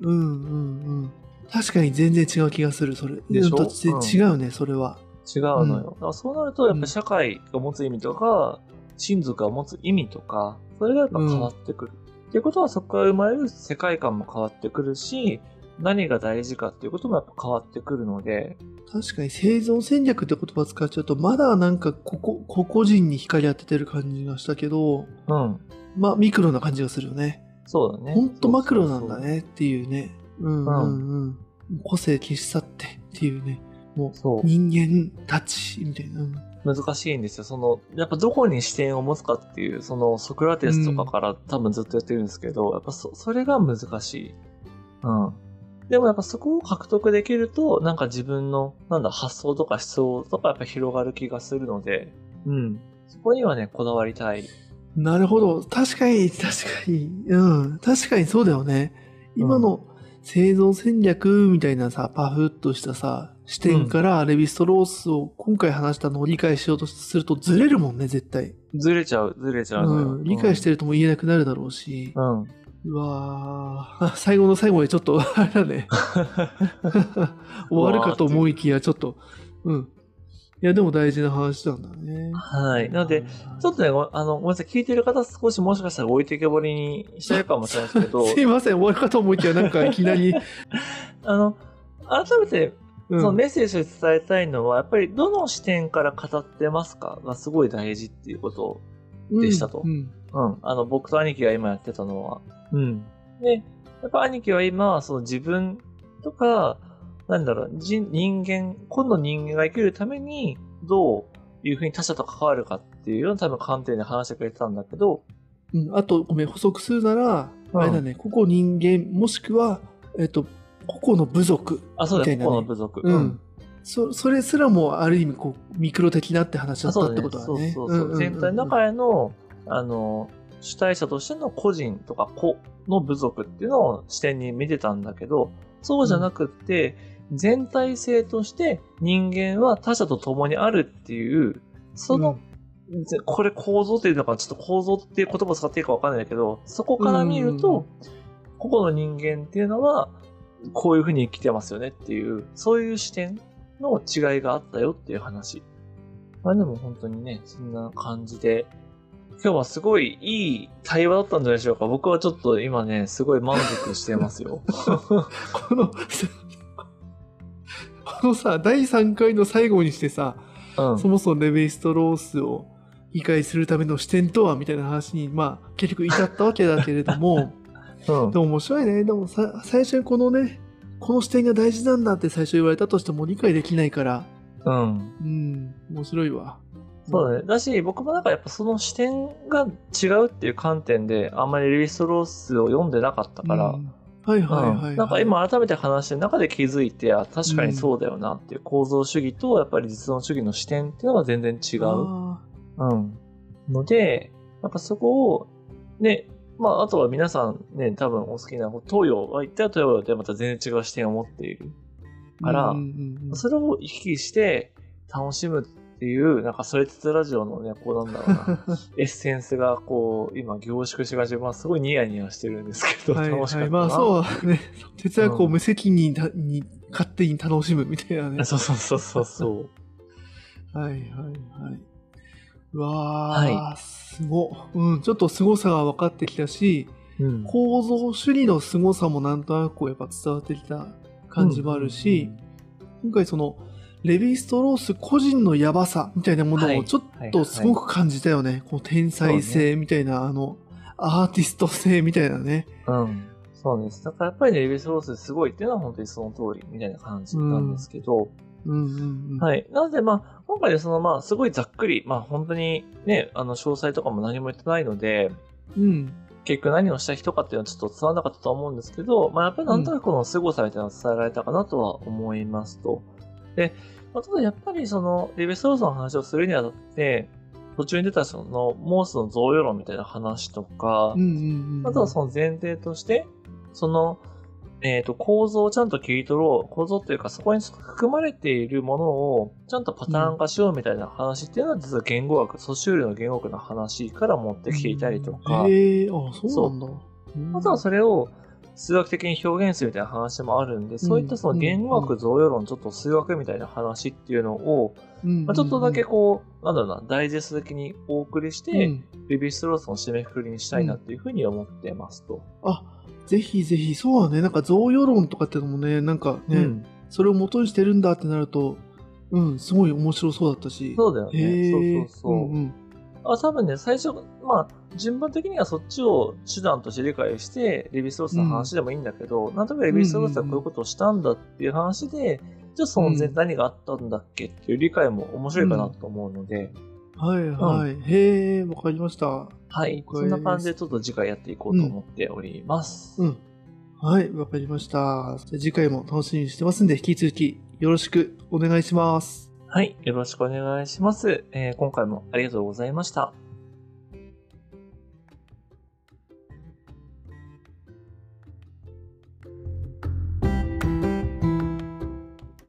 確かに全然違う気がする。それでしょ？ 違うね、それは違うのよ。だからそうなるとやっぱ社会が持つ意味とか、親族が持つ意味とか、それがやっぱ変わってくる。っていうことはそこから生まれる世界観も変わってくるし、何が大事かっていうこともやっぱ変わってくるので。 確かに生存戦略って言葉使っちゃうと、まだなんか個々人に光当ててる感じがしたけど、ミクロな感じがするよね。 そうだね。 ほんとマクロなんだねっていうね。個性消し去ってっていうね。もう人間たちみたいな。 難しいんですよ。やっぱどこに視点を持つかっていう、ソクラテスとかから多分ずっとやってるんですけど、やっぱそれが難しい。でもやっぱそこを獲得できると、なんか自分の、発想とか思想とかやっぱ広がる気がするので、そこにはね、こだわりたい。 なるほど。確かに。確かにそうだよね。今の生存戦略みたいなさ、パフッとしたさ、視点からレヴィストロースを今回話したのを理解しようとするとずれるもんね、絶対。 ずれちゃうのよ。 理解してるとも言えなくなるだろうし。うわー、最後の最後でちょっと、あれだね。終わるかと思いきや、ちょっと、いや、でも大事な話なんだね。 はい。なので、ちょっとね、ごめんなさい、聞いてる方少しもしかしたら置いてけぼりにしちゃうかもしれないですけど。 すいません、終わるかと思いきや、なんかいきなり。 改めて、そのメッセージで伝えたいのは、やっぱりどの視点から語ってますかがすごい大事っていうことでしたと。僕と兄貴が今やってたのは。で、やっぱ兄貴は今、自分とか、個の人間が生きるために、どういうふうに他者と関わるかっていうような多分観点で話してくれてたんだけど。 あと、ごめん、補足するなら、あれだね、個々人間、もしくは、個々の部族。 そうだ、個々の部族。 それすらもある意味、ミクロ的なって話だったってことだね。 全体の中への、主体者としての個人とか個の部族っていうのを視点に見てたんだけど、そうじゃなくって、全体性として人間は他者と共にあるっていう、これ構造っていうのか、ちょっと構造っていう言葉を使っていいかわかんないけど、そこから見ると、個々の人間っていうのは、こういうふうに生きてますよねっていう、そういう視点の違いがあったよっていう話。でも本当にね、そんな感じで、今日はすごいいい対話だったんじゃないでしょうか。僕はちょっと今ね、すごい満足してますよ。 このさ、第3回の最後にしてさ、そもそもレヴィストロースを理解するための視点とはみたいな話に、結局至ったわけだけれども、でも面白いね。でも最初にこの視点が大事なんだって最初言われたとしても理解できないから、面白いわ。 そうだね。だし、僕もやっぱその視点が違うっていう観点で、あんまりレヴィストロースを読んでなかったから、なんか今改めて話してる中で気づいて、確かにそうだよなっていう構造主義と、やっぱり実存主義の視点っていうのが全然違う。ので、やっぱそこを、ね、あとは皆さんね、多分お好きな東洋は言ったら東洋でまた全然違う視点を持っているから、それを行き来して、 楽しむっていう、なんかそれつつラジオのね、こうなんだろうな、エッセンスがこう、今凝縮しがち、まあすごいニヤニヤしてるんですけど、 はい楽しかったな。 まあそうね。哲学を無責任に勝手に楽しむみたいなね。 そう。 はい。うわー、すご。ちょっと凄さが分かってきたし、構造主義の凄さもなんとなくやっぱ伝わってきた感じもあるし、今回その、レヴィ・ストロース個人のやばさみたいなものをちょっとすごく感じたよね。この天才性みたいな、アーティスト性みたいなね。 そうです。だからやっぱりね、レヴィ・ストロースすごいっていうのは本当にその通りみたいな感じなんですけど、はい。なので、まあ、今回ですごいざっくり、まあ、本当にね、詳細とかも何も言ってないので、結局何をした人かっていうのはちょっと伝わらなかったと思うんですけど、まあ、やっぱりなんとなくこの凄さみたいなのを伝えられたかなとは思いますと。で、ただやっぱりレヴィ・ストロースの話をするにあたって、途中に出たモースの贈与論みたいな話とか、あとはその前提として、構造をちゃんと切り取ろう。構造っていうか、そこに含まれているものをちゃんとパターン化しようみたいな話っていうのは、実は言語学、ソシュールの言語学の話から持ってきていたりとか。 そうなんだ。 あとはそれを数学的に表現するみたいな話もあるんで、そういったその言語学贈与論、ちょっと数学みたいな話っていうのを、ちょっとだけこう、なんだろうな、ダイジェスト的にお送りして、レヴィ・ストロースの締めくくりにしたいなっていうふうに思ってますと。 ぜひぜひ、そうだね。なんか贈与論とかっていうのもね、なんかね、それを元にしてるんだってなると、すごい面白そうだったし。 そうだよね。多分ね、最初、まあ、順番的にはそっちを手段として理解して、レヴィ・ストロースの話でもいいんだけど、なんとなくレヴィ・ストロースはこういうことをしたんだっていう話で、じゃあその前何があったんだっけっていう理解も面白いかなと思うので。 へー、わかりました。 はい。そんな感じでちょっと次回やっていこうと思っております。 はい、わかりました。じゃあ次回も楽しみにしてますんで、引き続きよろしくお願いします。 はい、よろしくお願いします。今回もありがとうございました。